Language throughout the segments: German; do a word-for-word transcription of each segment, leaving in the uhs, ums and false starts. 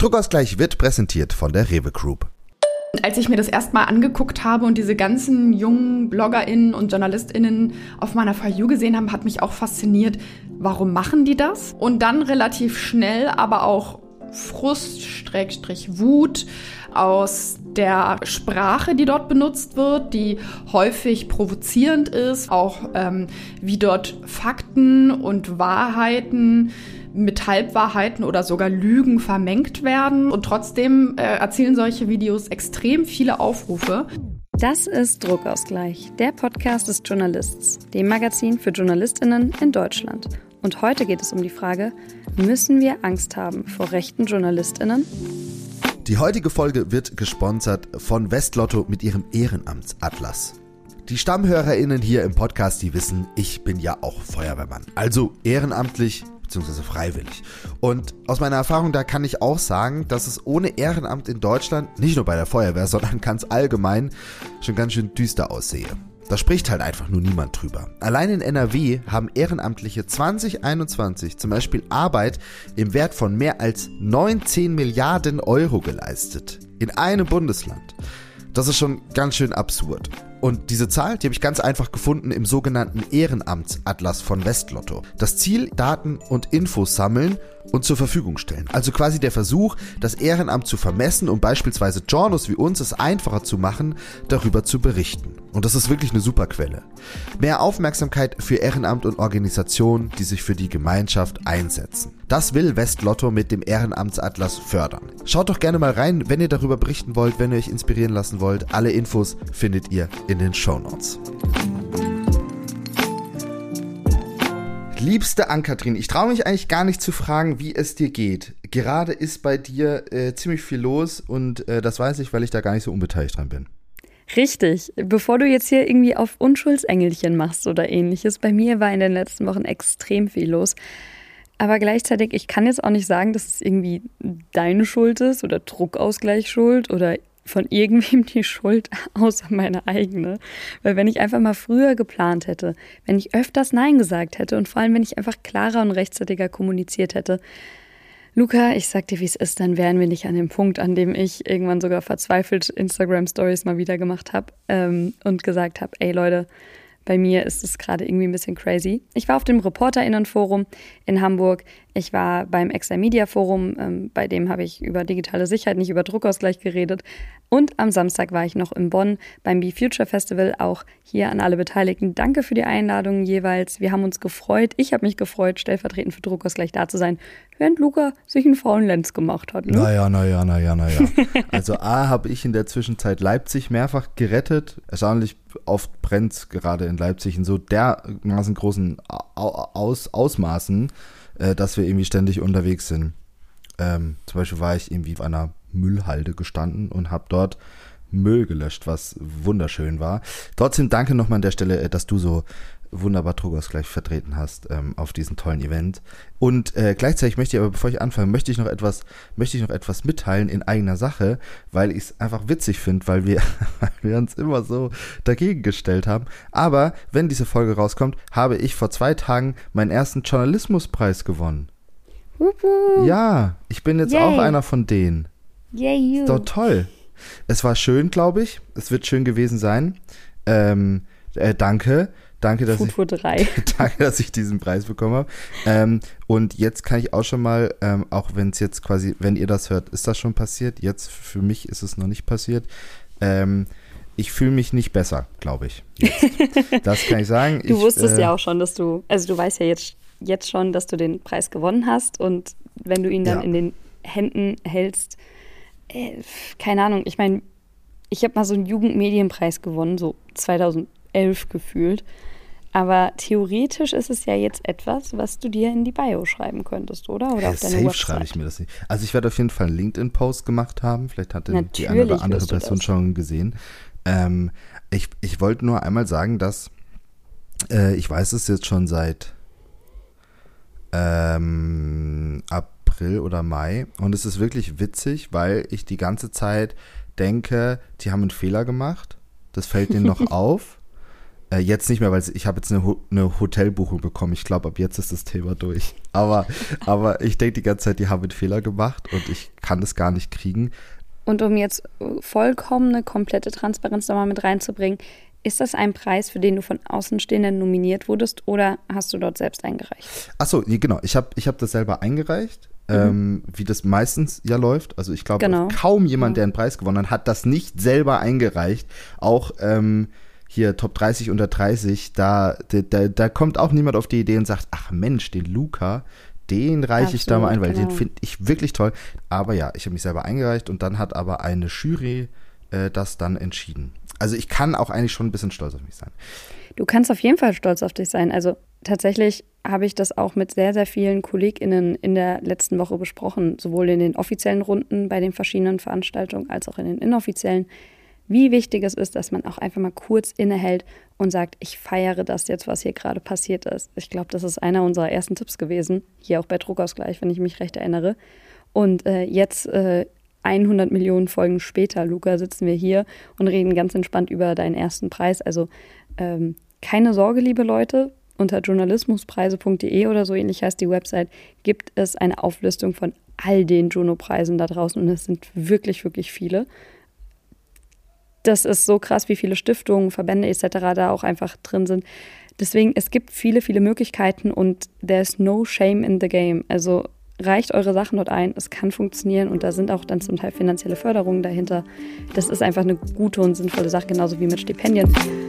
Druckausgleich wird präsentiert von der Rewe Group. Als ich mir das erstmal angeguckt habe und diese ganzen jungen BloggerInnen und JournalistInnen auf meiner For You gesehen haben, hat mich auch fasziniert, warum machen die das? Und dann relativ schnell aber auch Frust, Schrägstrich Wut aus der Sprache, die dort benutzt wird, die häufig provozierend ist, auch ähm, wie dort Fakten und Wahrheiten mit Halbwahrheiten oder sogar Lügen vermengt werden. Und trotzdem äh, erzielen solche Videos extrem viele Aufrufe. Das ist Druckausgleich, der Podcast des Journalists, dem Magazin für JournalistInnen in Deutschland. Und heute geht es um die Frage, müssen wir Angst haben vor rechten JournalistInnen? Die heutige Folge wird gesponsert von Westlotto mit ihrem Ehrenamtsatlas. Die StammhörerInnen hier im Podcast, die wissen, ich bin ja auch Feuerwehrmann. Also ehrenamtlich bzw. freiwillig. Und aus meiner Erfahrung, da kann ich auch sagen, dass es ohne Ehrenamt in Deutschland, nicht nur bei der Feuerwehr, sondern ganz allgemein schon ganz schön düster aussehe. Da spricht halt einfach nur niemand drüber. Allein in N R W haben Ehrenamtliche zwanzig einundzwanzig zum Beispiel Arbeit im Wert von mehr als neunzehn Milliarden Euro geleistet. In einem Bundesland. Das ist schon ganz schön absurd. Und diese Zahl, die habe ich ganz einfach gefunden im sogenannten Ehrenamtsatlas von Westlotto. Das Ziel, Daten und Infos sammeln und zur Verfügung stellen. Also quasi der Versuch, das Ehrenamt zu vermessen, um beispielsweise Journos wie uns es einfacher zu machen, darüber zu berichten. Und das ist wirklich eine super Quelle. Mehr Aufmerksamkeit für Ehrenamt und Organisationen, die sich für die Gemeinschaft einsetzen. Das will Westlotto mit dem Ehrenamtsatlas fördern. Schaut doch gerne mal rein, wenn ihr darüber berichten wollt, wenn ihr euch inspirieren lassen wollt. Alle Infos findet ihr in den Shownotes. Liebste Ann-Kathrin, ich traue mich eigentlich gar nicht zu fragen, wie es dir geht. Gerade ist bei dir äh, ziemlich viel los und äh, das weiß ich, weil ich da gar nicht so unbeteiligt dran bin. Richtig. Bevor du jetzt hier irgendwie auf Unschuldsengelchen machst oder ähnliches, bei mir war in den letzten Wochen extrem viel los. Aber gleichzeitig, ich kann jetzt auch nicht sagen, dass es irgendwie deine Schuld ist oder Druckausgleich schuld oder von irgendwem die Schuld außer meine eigene. Weil wenn ich einfach mal früher geplant hätte, wenn ich öfters Nein gesagt hätte und vor allem, wenn ich einfach klarer und rechtzeitiger kommuniziert hätte, Luca, ich sag dir, wie es ist, dann wären wir nicht an dem Punkt, an dem ich irgendwann sogar verzweifelt Instagram-Stories mal wieder gemacht habe ähm, und gesagt habe, ey Leute, bei mir ist es gerade irgendwie ein bisschen crazy. Ich war auf dem ReporterInnen-Forum in Hamburg. Ich war beim Extra Media Forum, ähm, bei dem habe ich über digitale Sicherheit, nicht über Druckausgleich geredet. Und am Samstag war ich noch in Bonn beim Be Future Festival. Auch hier an alle Beteiligten. Danke für die Einladung jeweils. Wir haben uns gefreut. Ich habe mich gefreut, stellvertretend für Druckausgleich da zu sein, während Luca sich einen faulen Lenz gemacht hat. Ne? Naja, naja, naja, naja. Also A, habe ich in der Zwischenzeit Leipzig mehrfach gerettet. Erstaunlich oft brennt es gerade in Leipzig in so dermaßen großen Aus- Ausmaßen, äh, dass wir irgendwie ständig unterwegs sind. Ähm, zum Beispiel war ich irgendwie auf einer Müllhalde gestanden und habe dort Müll gelöscht, was wunderschön war. Trotzdem danke nochmal an der Stelle, dass du so wunderbar Druckausgleich vertreten hast ähm, auf diesem tollen Event. Und äh, gleichzeitig möchte ich aber, bevor ich anfange, möchte ich noch etwas, möchte ich noch etwas mitteilen in eigener Sache, weil ich es einfach witzig finde, weil wir, weil wir uns immer so dagegen gestellt haben. Aber wenn diese Folge rauskommt, habe ich vor zwei Tagen meinen ersten Journalismuspreis gewonnen. Wuhu. Ja, ich bin jetzt Yay. auch einer von denen. Yay, you. Ist doch toll. Es war schön, glaube ich. Es wird schön gewesen sein. Ähm, äh, danke. Danke, dass ich, danke, dass ich diesen Preis bekommen habe. Ähm, und jetzt kann ich auch schon mal, ähm, auch wenn es jetzt quasi, wenn ihr das hört, ist das schon passiert. Jetzt für mich ist es noch nicht passiert. Ähm, ich fühle mich nicht besser, glaube ich. Jetzt. Das kann ich sagen. Du ich, wusstest äh, ja auch schon, dass du, also du weißt ja jetzt, jetzt schon, dass du den Preis gewonnen hast. Und wenn du ihn dann ja. in den Händen hältst, äh, keine Ahnung, ich meine, ich habe mal so einen Jugendmedienpreis gewonnen, so zweitausendelf gefühlt. Aber theoretisch ist es ja jetzt etwas, was du dir in die Bio schreiben könntest, oder? Oder hey, auf deine safe Website. Schreibe ich mir das nicht. Also ich werde auf jeden Fall einen LinkedIn-Post gemacht haben. Vielleicht hat den die eine Natürlich oder andere wirst du Person das. schon gesehen. Ähm, ich ich wollte nur einmal sagen, dass äh, ich weiß es jetzt schon seit ähm, April oder Mai. Und es ist wirklich witzig, weil ich die ganze Zeit denke, die haben einen Fehler gemacht. Das fällt denen noch auf. Äh, jetzt nicht mehr, weil ich habe jetzt eine, Ho- eine Hotelbuchung bekommen. Ich glaube, ab jetzt ist das Thema durch. Aber, aber ich denke die ganze Zeit, die haben einen Fehler gemacht und ich kann das gar nicht kriegen. Und um jetzt vollkommene, komplette Transparenz nochmal mit reinzubringen, ist das ein Preis, für den du von Außenstehenden nominiert wurdest oder hast du dort selbst eingereicht? Achso, nee, genau. Ich habe ich hab das selber eingereicht, mhm. ähm, wie das meistens ja läuft. Also ich glaube, genau. kaum jemand, ja. der einen Preis gewonnen hat, hat das nicht selber eingereicht. Auch ähm, hier Top dreißig unter dreißig, da, da, da kommt auch niemand auf die Idee und sagt, ach Mensch, den Luca, den reiche ich da mal ein, weil genau. den finde ich wirklich toll. Aber ja, ich habe mich selber eingereicht und dann hat aber eine Jury äh, das dann entschieden. Also ich kann auch eigentlich schon ein bisschen stolz auf mich sein. Du kannst auf jeden Fall stolz auf dich sein. Also tatsächlich habe ich das auch mit sehr, sehr vielen KollegInnen in der letzten Woche besprochen, sowohl in den offiziellen Runden bei den verschiedenen Veranstaltungen als auch in den inoffiziellen, wie wichtig es ist, dass man auch einfach mal kurz innehält und sagt, ich feiere das jetzt, was hier gerade passiert ist. Ich glaube, das ist einer unserer ersten Tipps gewesen, hier auch bei Druckausgleich, wenn ich mich recht erinnere. Und äh, jetzt äh, hundert Millionen Folgen später, Luca, sitzen wir hier und reden ganz entspannt über deinen ersten Preis. Also ähm, keine Sorge, liebe Leute, unter journalismuspreise punkt de oder so ähnlich heißt die Website, gibt es eine Auflistung von all den Juno-Preisen da draußen und es sind wirklich, wirklich viele. Das ist so krass, wie viele Stiftungen, Verbände et cetera da auch einfach drin sind. Deswegen, es gibt viele, viele Möglichkeiten und there's no shame in the game. Also reicht eure Sachen dort ein, es kann funktionieren und da sind auch dann zum Teil finanzielle Förderungen dahinter. Das ist einfach eine gute und sinnvolle Sache, genauso wie mit Stipendien.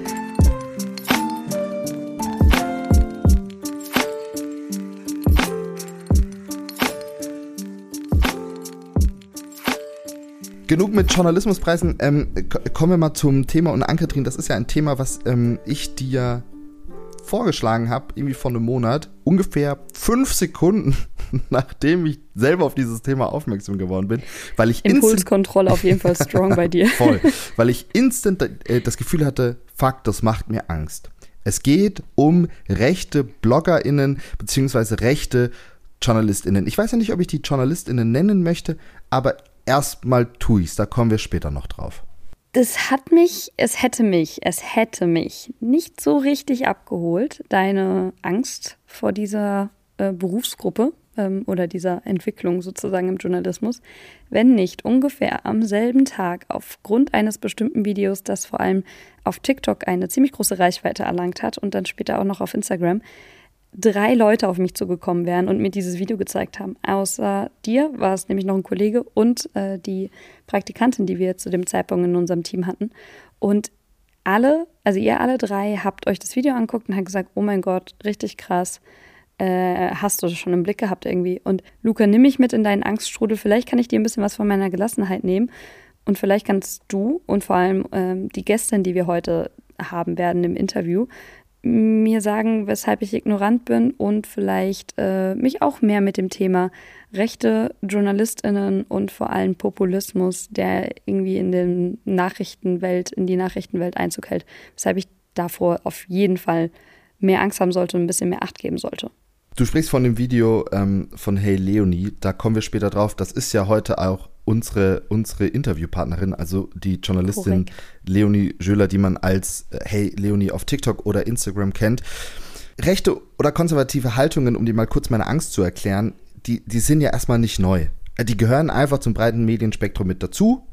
Genug mit Journalismuspreisen. Ähm, kommen wir mal zum Thema. Und Ann-Kathrin, das ist ja ein Thema, was ähm, ich dir vorgeschlagen habe, irgendwie vor einem Monat, ungefähr fünf Sekunden, nachdem ich selber auf dieses Thema aufmerksam geworden bin, weil ich Impulskontrolle auf jeden Fall strong bei dir. Voll, weil ich instant äh, das Gefühl hatte, fuck, das macht mir Angst. Es geht um rechte BloggerInnen beziehungsweise rechte JournalistInnen. Ich weiß ja nicht, ob ich die JournalistInnen nennen möchte, aber erstmal tue ich's, da kommen wir später noch drauf. Das hat mich, es hätte mich, es hätte mich nicht so richtig abgeholt, deine Angst vor dieser äh, Berufsgruppe ähm, oder dieser Entwicklung sozusagen im Journalismus, wenn nicht ungefähr am selben Tag aufgrund eines bestimmten Videos, das vor allem auf TikTok eine ziemlich große Reichweite erlangt hat und dann später auch noch auf Instagram, drei Leute auf mich zugekommen wären und mir dieses Video gezeigt haben. Außer dir war es nämlich noch ein Kollege und äh, die Praktikantin, die wir zu dem Zeitpunkt in unserem Team hatten. Und alle, also ihr alle drei, habt euch das Video angeguckt und habt gesagt, oh mein Gott, richtig krass, äh, hast du das schon im Blick gehabt irgendwie. Und Luca, nimm mich mit in deinen Angststrudel, vielleicht kann ich dir ein bisschen was von meiner Gelassenheit nehmen und vielleicht kannst du und vor allem ähm, die Gästin, die wir heute haben werden im Interview, mir sagen, weshalb ich ignorant bin und vielleicht äh, mich auch mehr mit dem Thema rechte JournalistInnen und vor allem Populismus, der irgendwie in den Nachrichtenwelt, in die Nachrichtenwelt Einzug hält, weshalb ich davor auf jeden Fall mehr Angst haben sollte und ein bisschen mehr Acht geben sollte. Du sprichst von dem Video ähm, von Hey Leonie, da kommen wir später drauf. Das ist ja heute auch unsere, unsere Interviewpartnerin, also die Journalistin Korrekt. Leonie Jöhler, die man als äh, Hey Leonie auf TikTok oder Instagram kennt. Rechte oder konservative Haltungen, um dir mal kurz meine Angst zu erklären, die, die sind ja erstmal nicht neu. Die gehören einfach zum breiten Medienspektrum mit dazu.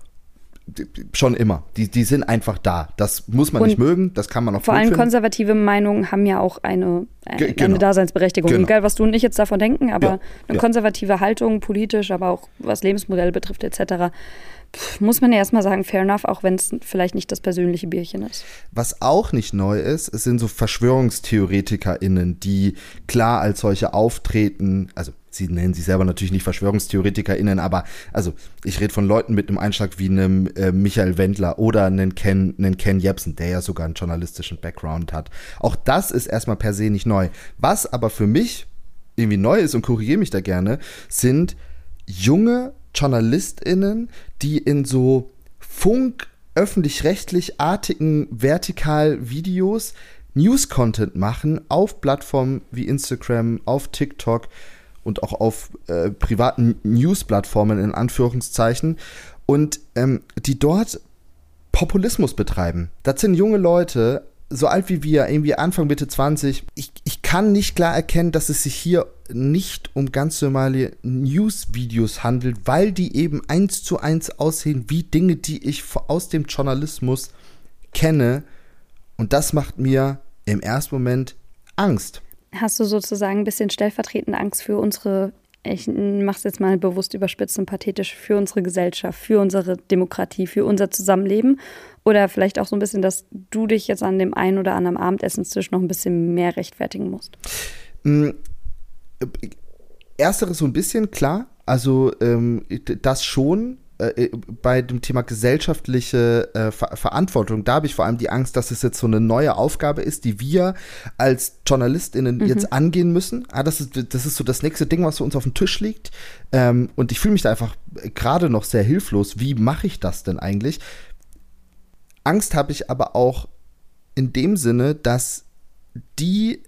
Schon immer. Die, die sind einfach da. Das muss man und nicht mögen, das kann man auch vor allem finden. Konservative Meinungen haben ja auch eine, eine, Ge- genau. eine Daseinsberechtigung. Genau. Egal, was du und ich jetzt davon denken, aber ja, eine ja. konservative Haltung, politisch, aber auch was Lebensmodelle betrifft et cetera, pff, muss man ja erstmal sagen, fair enough, auch wenn es vielleicht nicht das persönliche Bierchen ist. Was auch nicht neu ist, es sind so VerschwörungstheoretikerInnen, die klar als solche auftreten, also sie nennen sich selber natürlich nicht VerschwörungstheoretikerInnen, aber also ich rede von Leuten mit einem Einschlag wie einem äh, Michael Wendler oder einem Ken, einem Ken Jebsen, der ja sogar einen journalistischen Background hat. Auch das ist erstmal per se nicht neu. Was aber für mich irgendwie neu ist, und korrigiere mich da gerne, sind junge JournalistInnen, die in so Funk, öffentlich-rechtlich-artigen Vertikal-Videos News-Content machen auf Plattformen wie Instagram, auf TikTok und auch auf äh, privaten News-Plattformen in Anführungszeichen und ähm, die dort Populismus betreiben. Das sind junge Leute so alt wie wir, irgendwie Anfang, Mitte zwanzig, ich, ich kann nicht klar erkennen, dass es sich hier nicht um ganz normale News-Videos handelt, weil die eben eins zu eins aussehen wie Dinge, die ich aus dem Journalismus kenne. Und das macht mir im ersten Moment Angst. Hast du sozusagen ein bisschen stellvertretend Angst für unsere, ich mach's jetzt mal bewusst überspitzt und pathetisch, für unsere Gesellschaft, für unsere Demokratie, für unser Zusammenleben? Oder vielleicht auch so ein bisschen, dass du dich jetzt an dem einen oder anderen Abendessenstisch noch ein bisschen mehr rechtfertigen musst? Mm, Ersteres so ein bisschen, klar. Also ähm, das schon. Äh, bei dem Thema gesellschaftliche äh, Ver- Verantwortung, da habe ich vor allem die Angst, dass es jetzt so eine neue Aufgabe ist, die wir als JournalistInnen mhm. jetzt angehen müssen. Ah, das ist, das ist so das nächste Ding, was für uns auf dem Tisch liegt. Ähm, und ich fühle mich da einfach gerade noch sehr hilflos. Wie mache ich das denn eigentlich? Angst habe ich aber auch in dem Sinne, dass die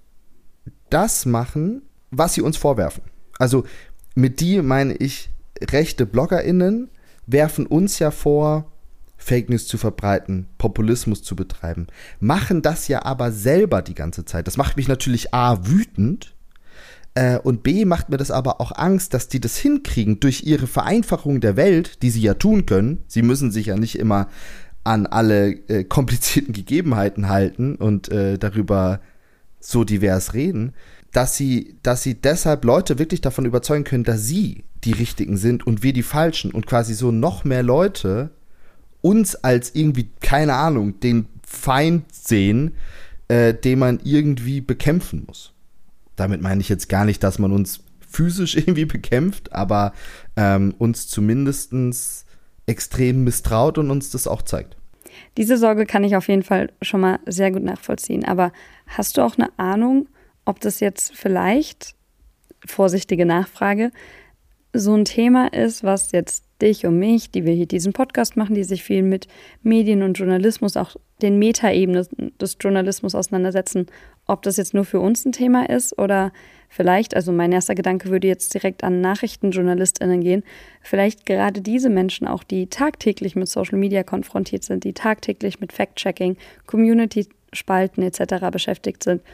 das machen, was sie uns vorwerfen. Also mit die meine ich rechte BloggerInnen, werfen uns ja vor, Fake News zu verbreiten, Populismus zu betreiben, machen das ja aber selber die ganze Zeit. Das macht mich natürlich A, wütend äh, und B, macht mir das aber auch Angst, dass die das hinkriegen durch ihre Vereinfachung der Welt, die sie ja tun können. Sie müssen sich ja nicht immer an alle äh, komplizierten Gegebenheiten halten und äh, darüber so divers reden, dass sie, dass sie deshalb Leute wirklich davon überzeugen können, dass sie die Richtigen sind und wir die Falschen und quasi so noch mehr Leute uns als irgendwie, keine Ahnung, den Feind sehen, äh, den man irgendwie bekämpfen muss. Damit meine ich jetzt gar nicht, dass man uns physisch irgendwie bekämpft, aber ähm, uns zumindest extrem misstraut und uns das auch zeigt. Diese Sorge kann ich auf jeden Fall schon mal sehr gut nachvollziehen. Aber hast du auch eine Ahnung, ob das jetzt vielleicht, vorsichtige Nachfrage, so ein Thema ist, was jetzt dich und mich, die wir hier diesen Podcast machen, die sich viel mit Medien und Journalismus, auch den Metaebenen des Journalismus auseinandersetzen, ob das jetzt nur für uns ein Thema ist oder vielleicht, also mein erster Gedanke würde jetzt direkt an NachrichtenjournalistInnen gehen, vielleicht gerade diese Menschen auch, die tagtäglich mit Social Media konfrontiert sind, die tagtäglich mit Fact-Checking, Community-Spalten et cetera beschäftigt sind,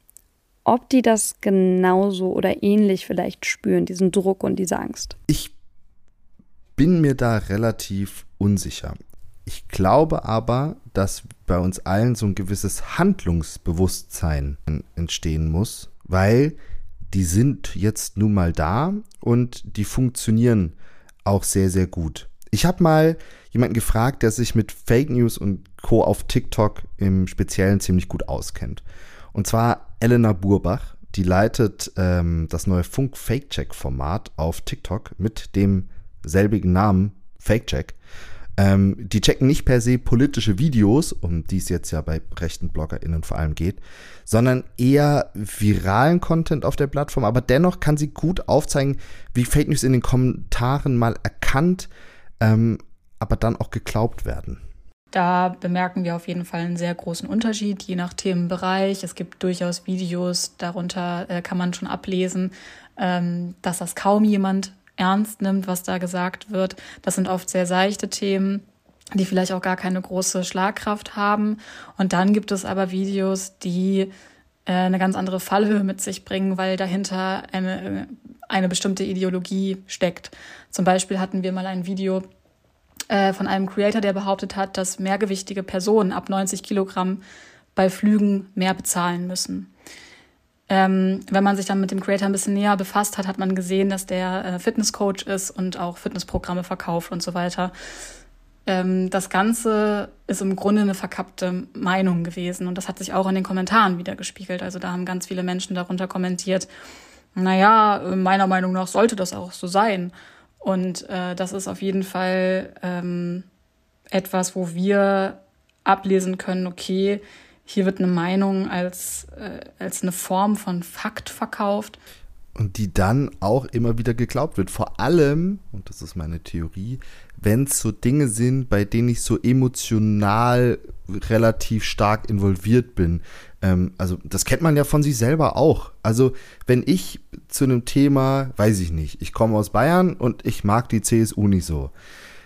ob die das genauso oder ähnlich vielleicht spüren, diesen Druck und diese Angst. Ich bin mir da relativ unsicher. Ich glaube aber, dass bei uns allen so ein gewisses Handlungsbewusstsein entstehen muss, weil die sind jetzt nun mal da und die funktionieren auch sehr, sehr gut. Ich habe mal jemanden gefragt, der sich mit Fake News und Co. auf TikTok im Speziellen ziemlich gut auskennt. Und zwar Elena Burbach, die leitet ähm, das neue Funk-Fake-Check-Format auf TikTok mit dem selbigen Namen Fake-Check. Ähm, die checken nicht per se politische Videos, um die es jetzt ja bei rechten BloggerInnen vor allem geht, sondern eher viralen Content auf der Plattform. Aber dennoch kann sie gut aufzeigen, wie Fake News in den Kommentaren mal erkannt, ähm, aber dann auch geglaubt werden. Da bemerken wir auf jeden Fall einen sehr großen Unterschied, je nach Themenbereich. Es gibt durchaus Videos, darunter äh, kann man schon ablesen, ähm, dass das kaum jemand ernst nimmt, was da gesagt wird. Das sind oft sehr seichte Themen, die vielleicht auch gar keine große Schlagkraft haben. Und dann gibt es aber Videos, die äh, eine ganz andere Fallhöhe mit sich bringen, weil dahinter eine, eine bestimmte Ideologie steckt. Zum Beispiel hatten wir mal ein Video von einem Creator, der behauptet hat, dass mehrgewichtige Personen ab neunzig Kilogramm bei Flügen mehr bezahlen müssen. Ähm, wenn man sich dann mit dem Creator ein bisschen näher befasst hat, hat man gesehen, dass der äh, Fitnesscoach ist und auch Fitnessprogramme verkauft und so weiter. Ähm, das Ganze ist im Grunde eine verkappte Meinung gewesen und das hat sich auch in den Kommentaren wiedergespiegelt. Also da haben ganz viele Menschen darunter kommentiert, naja, meiner Meinung nach sollte das auch so sein. Und äh, das ist auf jeden Fall ähm, etwas, wo wir ablesen können, okay, hier wird eine Meinung als, äh, als eine Form von Fakt verkauft. Und die dann auch immer wieder geglaubt wird. Vor allem, und das ist meine Theorie, wenn es so Dinge sind, bei denen ich so emotional relativ stark involviert bin. Ähm, also das kennt man ja von sich selber auch. Also wenn ich zu einem Thema, weiß ich nicht, ich komme aus Bayern und ich mag die C S U nicht so.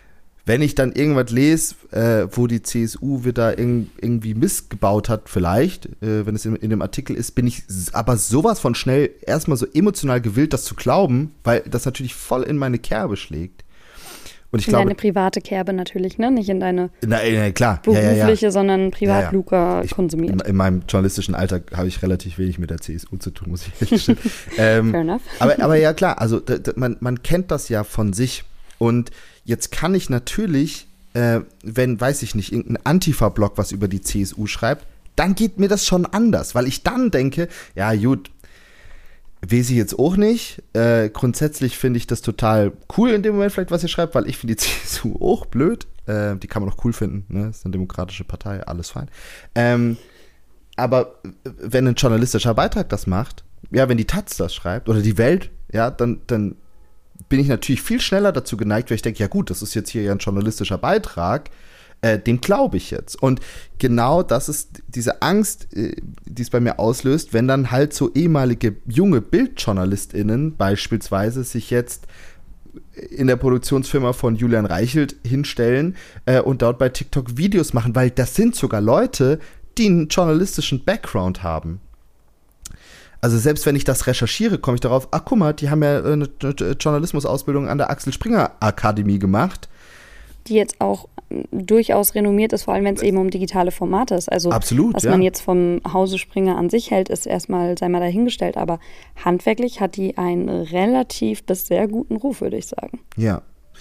Wenn ich dann irgendwas lese, äh, wo die C S U wieder in, irgendwie missgebaut hat, vielleicht, äh, wenn es in, in dem Artikel ist, bin ich aber sowas von schnell erstmal so emotional gewillt, das zu glauben, weil das natürlich voll in meine Kerbe schlägt. Und ich in glaube, deine private Kerbe natürlich, ne? Nicht in deine na, na, klar. berufliche, ja, ja, ja. sondern privat ja, ja. Luca ich, konsumiert. In, in meinem journalistischen Alltag habe ich relativ wenig mit der C S U zu tun, muss ich ehrlich gestehen. ähm, Fair enough. aber, aber ja, klar, also d- d- man, man kennt das ja von sich. Und jetzt kann ich natürlich, äh, wenn, weiß ich nicht, irgendein Antifa-Blog was über die C S U schreibt, dann geht mir das schon anders, weil ich dann denke, ja gut, weiß ich jetzt auch nicht. Äh, grundsätzlich finde ich das total cool in dem Moment vielleicht, was ihr schreibt, weil ich finde die C S U auch blöd. Äh, die kann man auch cool finden, ne? Ist eine demokratische Partei, alles fein. Ähm, aber wenn ein journalistischer Beitrag das macht, ja, wenn die Taz das schreibt oder die Welt, ja, dann, dann bin ich natürlich viel schneller dazu geneigt, weil ich denke, ja gut, das ist jetzt hier ja ein journalistischer Beitrag, äh, dem glaube ich jetzt. Und genau das ist diese Angst, äh, die es bei mir auslöst, wenn dann halt so ehemalige junge BildjournalistInnen beispielsweise sich jetzt in der Produktionsfirma von Julian Reichelt hinstellen äh, und dort bei TikTok Videos machen, weil das sind sogar Leute, die einen journalistischen Background haben. Also selbst wenn ich das recherchiere, komme ich darauf, ach guck mal, die haben ja eine Journalismusausbildung an der Axel Springer Akademie gemacht. Die jetzt auch durchaus renommiert ist, vor allem wenn es eben um digitale Formate ist. Also absolut, was ja. man jetzt vom Hause Springer an sich hält, ist erstmal, sei mal dahingestellt, aber handwerklich hat die einen relativ bis sehr guten Ruf, würde ich sagen. Ja.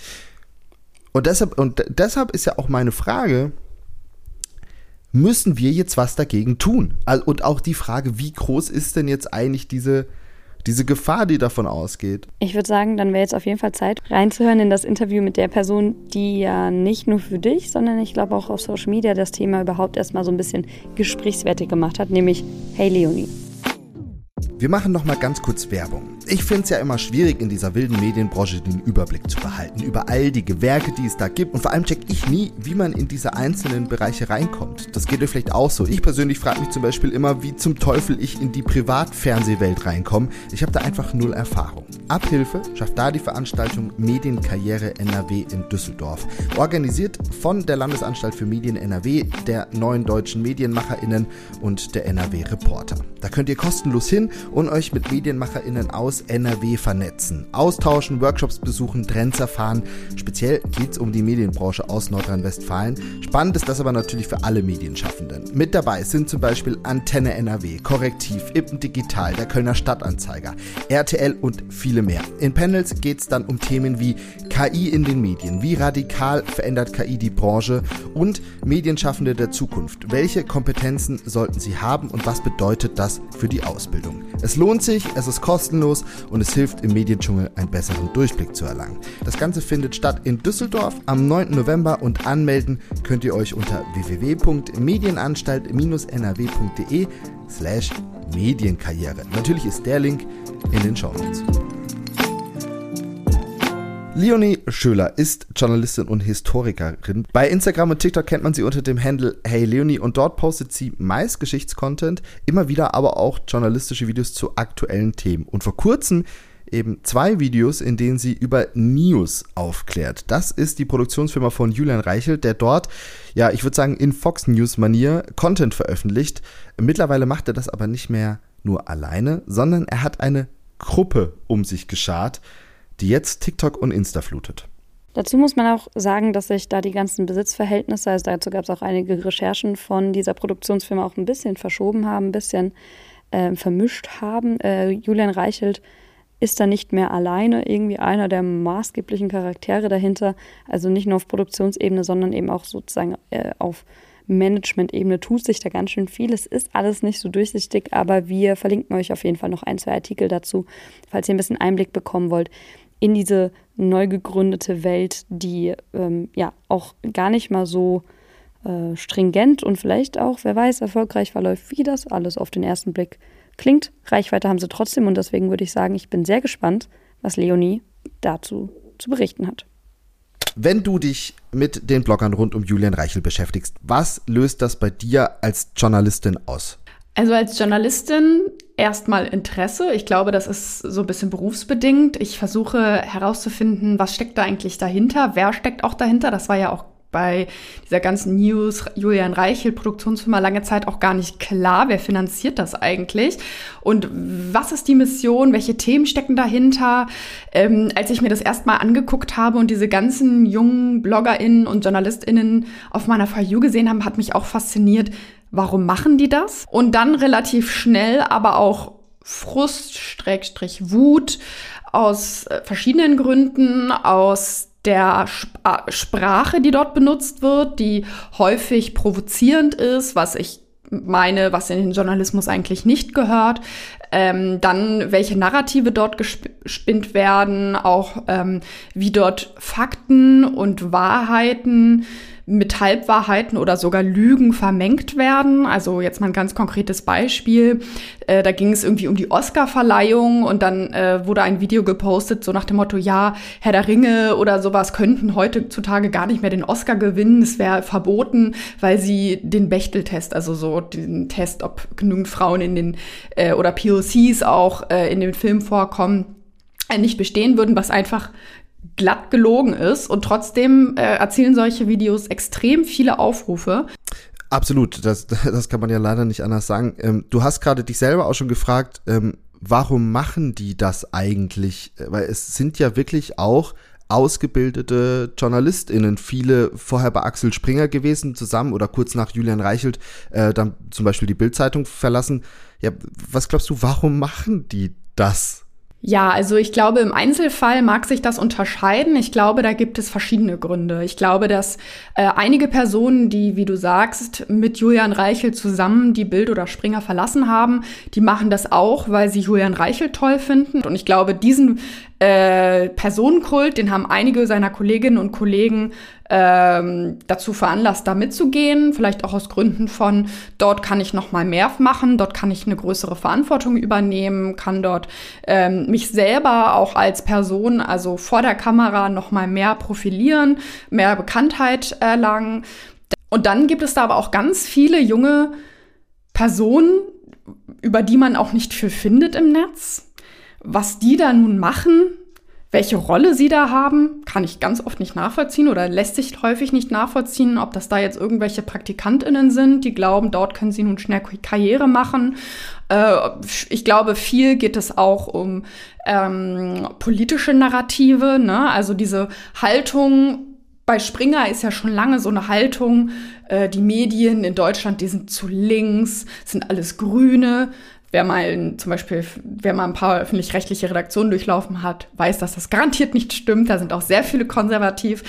Und deshalb, und deshalb ist ja auch meine Frage, müssen wir jetzt was dagegen tun? Und auch die Frage, wie groß ist denn jetzt eigentlich diese, diese Gefahr, die davon ausgeht? Ich würde sagen, dann wäre jetzt auf jeden Fall Zeit, reinzuhören in das Interview mit der Person, die ja nicht nur für dich, sondern ich glaube auch auf Social Media das Thema überhaupt erstmal so ein bisschen gesprächswertig gemacht hat, nämlich Hey Leonie. Wir machen noch mal ganz kurz Werbung. Ich finde es ja immer schwierig, in dieser wilden Medienbranche den Überblick zu behalten über all die Gewerke, die es da gibt. Und vor allem check ich nie, wie man in diese einzelnen Bereiche reinkommt. Das geht dir vielleicht auch so. Ich persönlich frage mich zum Beispiel immer, wie zum Teufel ich in die Privatfernsehwelt reinkomme. Ich habe da einfach null Erfahrung. Abhilfe schafft da die Veranstaltung Medienkarriere N R W in Düsseldorf. Organisiert von der Landesanstalt für Medien N R W, der neuen deutschen MedienmacherInnen und der N R W Reporter. Da könnt ihr kostenlos hin und euch mit MedienmacherInnen aus N R W vernetzen, austauschen, Workshops besuchen, Trends erfahren. Speziell geht es um die Medienbranche aus Nordrhein-Westfalen. Spannend ist das aber natürlich für alle Medienschaffenden. Mit dabei sind zum Beispiel Antenne N R W, Korrektiv, Ippen Digital, der Kölner Stadtanzeiger, R T L und viele mehr. In Panels geht es dann um Themen wie K I in den Medien, wie radikal verändert K I die Branche und Medienschaffende der Zukunft. Welche Kompetenzen sollten sie haben und was bedeutet das für die Ausbildung? Es lohnt sich, es ist kostenlos und es hilft im Mediendschungel einen besseren Durchblick zu erlangen. Das Ganze findet statt in Düsseldorf am neunten November und anmelden könnt ihr euch unter w w w punkt medienanstalt dash n r w punkt d e slash medienkarriere. Natürlich ist der Link in den Shownotes. Leonie Schöler ist Journalistin und Historikerin. Bei Instagram und TikTok kennt man sie unter dem Handle Hey Leonie und dort postet sie meist Geschichtscontent, immer wieder aber auch journalistische Videos zu aktuellen Themen. Und vor kurzem eben zwei Videos, in denen sie über News aufklärt. Das ist die Produktionsfirma von Julian Reichelt, der dort, ja, ich würde sagen, in Fox News-Manier Content veröffentlicht. Mittlerweile macht er das aber nicht mehr nur alleine, sondern er hat eine Gruppe um sich geschart, die jetzt TikTok und Insta flutet. Dazu muss man auch sagen, dass sich da die ganzen Besitzverhältnisse, also dazu gab es auch einige Recherchen von dieser Produktionsfirma, auch ein bisschen verschoben haben, ein bisschen äh, vermischt haben. Äh, Julian Reichelt ist da nicht mehr alleine irgendwie einer der maßgeblichen Charaktere dahinter, also nicht nur auf Produktionsebene, sondern eben auch sozusagen äh, auf Management-Ebene tut sich da ganz schön viel. Es ist alles nicht so durchsichtig, aber wir verlinken euch auf jeden Fall noch ein, zwei Artikel dazu, falls ihr ein bisschen Einblick bekommen wollt in diese neu gegründete Welt, die ähm, ja auch gar nicht mal so äh, stringent und vielleicht auch, wer weiß, erfolgreich verläuft, wie das alles auf den ersten Blick klingt. Reichweite haben sie trotzdem und deswegen würde ich sagen, ich bin sehr gespannt, was Leonie dazu zu berichten hat. Wenn du dich mit den Bloggern rund um Julian Reichelt beschäftigst, was löst das bei dir als Journalistin aus? Also als Journalistin erstmal Interesse. Ich glaube, das ist so ein bisschen berufsbedingt. Ich versuche herauszufinden, was steckt da eigentlich dahinter, wer steckt auch dahinter. Das war ja auch bei dieser ganzen News, Julian Reichelt, Produktionsfirma, lange Zeit auch gar nicht klar, wer finanziert das eigentlich und was ist die Mission, welche Themen stecken dahinter. Ähm, als ich mir das erstmal angeguckt habe und diese ganzen jungen BloggerInnen und JournalistInnen auf meiner For You gesehen haben, hat mich auch fasziniert, warum machen die das? Und dann relativ schnell aber auch Frust, Schrägstrich Wut aus verschiedenen Gründen, aus der Sp- Sprache, die dort benutzt wird, die häufig provozierend ist, was ich meine, was in den Journalismus eigentlich nicht gehört. Ähm, dann, welche Narrative dort gespinnt werden, auch ähm, wie dort Fakten und Wahrheiten mit Halbwahrheiten oder sogar Lügen vermengt werden. Also jetzt mal ein ganz konkretes Beispiel. Äh, da ging es irgendwie um die Oscar-Verleihung und dann äh, wurde ein Video gepostet, so nach dem Motto, ja, Herr der Ringe oder sowas könnten heutzutage gar nicht mehr den Oscar gewinnen. Es wäre verboten, weil sie den Bechtel-Test, also so den Test, ob genügend Frauen in den, äh, oder P O Cs auch äh, in dem Film vorkommen, äh, nicht bestehen würden, was einfach glatt gelogen ist und trotzdem äh, erzielen solche Videos extrem viele Aufrufe. Absolut, das, das kann man ja leider nicht anders sagen. Ähm, du hast gerade dich selber auch schon gefragt, ähm, warum machen die das eigentlich? Weil es sind ja wirklich auch ausgebildete JournalistInnen, viele vorher bei Axel Springer gewesen zusammen oder kurz nach Julian Reichelt äh, dann zum Beispiel die Bild-Zeitung verlassen. Ja, was glaubst du, warum machen die das? Ja, also ich glaube, im Einzelfall mag sich das unterscheiden. Ich glaube, da gibt es verschiedene Gründe. Ich glaube, dass äh, einige Personen, die, wie du sagst, mit Julian Reichelt zusammen die Bild oder Springer verlassen haben, die machen das auch, weil sie Julian Reichelt toll finden. Und ich glaube, diesen äh, Personenkult, den haben einige seiner Kolleginnen und Kollegen ähm, dazu veranlasst, da mitzugehen. Vielleicht auch aus Gründen von, dort kann ich noch mal mehr machen, dort kann ich eine größere Verantwortung übernehmen, kann dort ähm, mich selber auch als Person, also vor der Kamera, noch mal mehr profilieren, mehr Bekanntheit erlangen. Und dann gibt es da aber auch ganz viele junge Personen, über die man auch nicht viel findet im Netz. Was die da nun machen, welche Rolle sie da haben, kann ich ganz oft nicht nachvollziehen oder lässt sich häufig nicht nachvollziehen, ob das da jetzt irgendwelche PraktikantInnen sind, die glauben, dort können sie nun schnell Karriere machen. Äh, ich glaube, viel geht es auch um ähm, politische Narrative, ne? Also diese Haltung. Bei Springer ist ja schon lange so eine Haltung, äh, die Medien in Deutschland, die sind zu links, sind alles Grüne. Wer mal in, zum Beispiel, wer mal ein paar öffentlich-rechtliche Redaktionen durchlaufen hat, weiß, dass das garantiert nicht stimmt. Da sind auch sehr viele konservativ,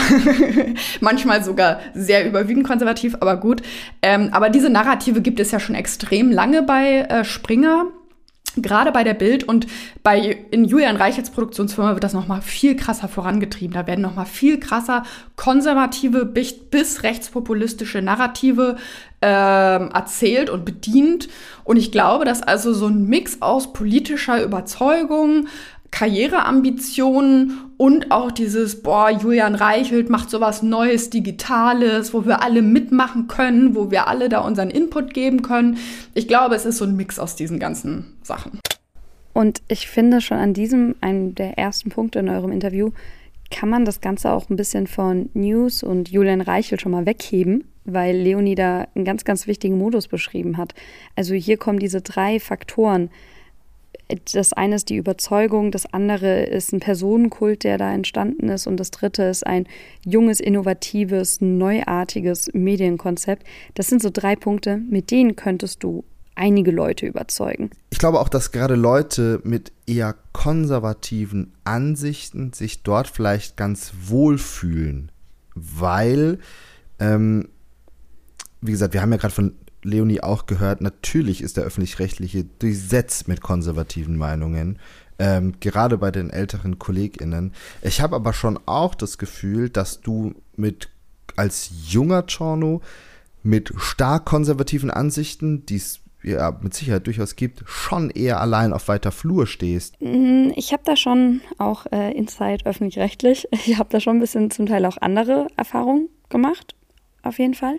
manchmal sogar sehr überwiegend konservativ, aber gut. Ähm, aber diese Narrative gibt es ja schon extrem lange bei äh, Springer. Gerade bei der Bild und bei in Julian Reichelts Produktionsfirma wird das noch mal viel krasser vorangetrieben. Da werden noch mal viel krasser konservative bis rechtspopulistische Narrative ähm, erzählt und bedient. Und ich glaube, dass also so ein Mix aus politischer Überzeugung, Karriereambitionen und auch dieses, boah, Julian Reichelt macht sowas Neues, Digitales, wo wir alle mitmachen können, wo wir alle da unseren Input geben können. Ich glaube, es ist so ein Mix aus diesen ganzen Sachen. Und ich finde schon an diesem, einem der ersten Punkte in eurem Interview, kann man das Ganze auch ein bisschen von News und Julian Reichelt schon mal wegheben, weil Leonie da einen ganz, ganz wichtigen Modus beschrieben hat. Also hier kommen diese drei Faktoren. Das eine ist die Überzeugung, das andere ist ein Personenkult, der da entstanden ist und das dritte ist ein junges, innovatives, neuartiges Medienkonzept. Das sind so drei Punkte, mit denen könntest du einige Leute überzeugen. Ich glaube auch, dass gerade Leute mit eher konservativen Ansichten sich dort vielleicht ganz wohl fühlen, weil, ähm, wie gesagt, wir haben ja gerade von Leonie auch gehört, natürlich ist der Öffentlich-Rechtliche durchsetzt mit konservativen Meinungen, ähm, gerade bei den älteren KollegInnen. Ich habe aber schon auch das Gefühl, dass du mit als junger Giorno mit stark konservativen Ansichten, die es ja mit Sicherheit durchaus gibt, schon eher allein auf weiter Flur stehst. Ich habe da schon auch äh, Insight öffentlich-rechtlich. Ich habe da schon ein bisschen zum Teil auch andere Erfahrungen gemacht, auf jeden Fall.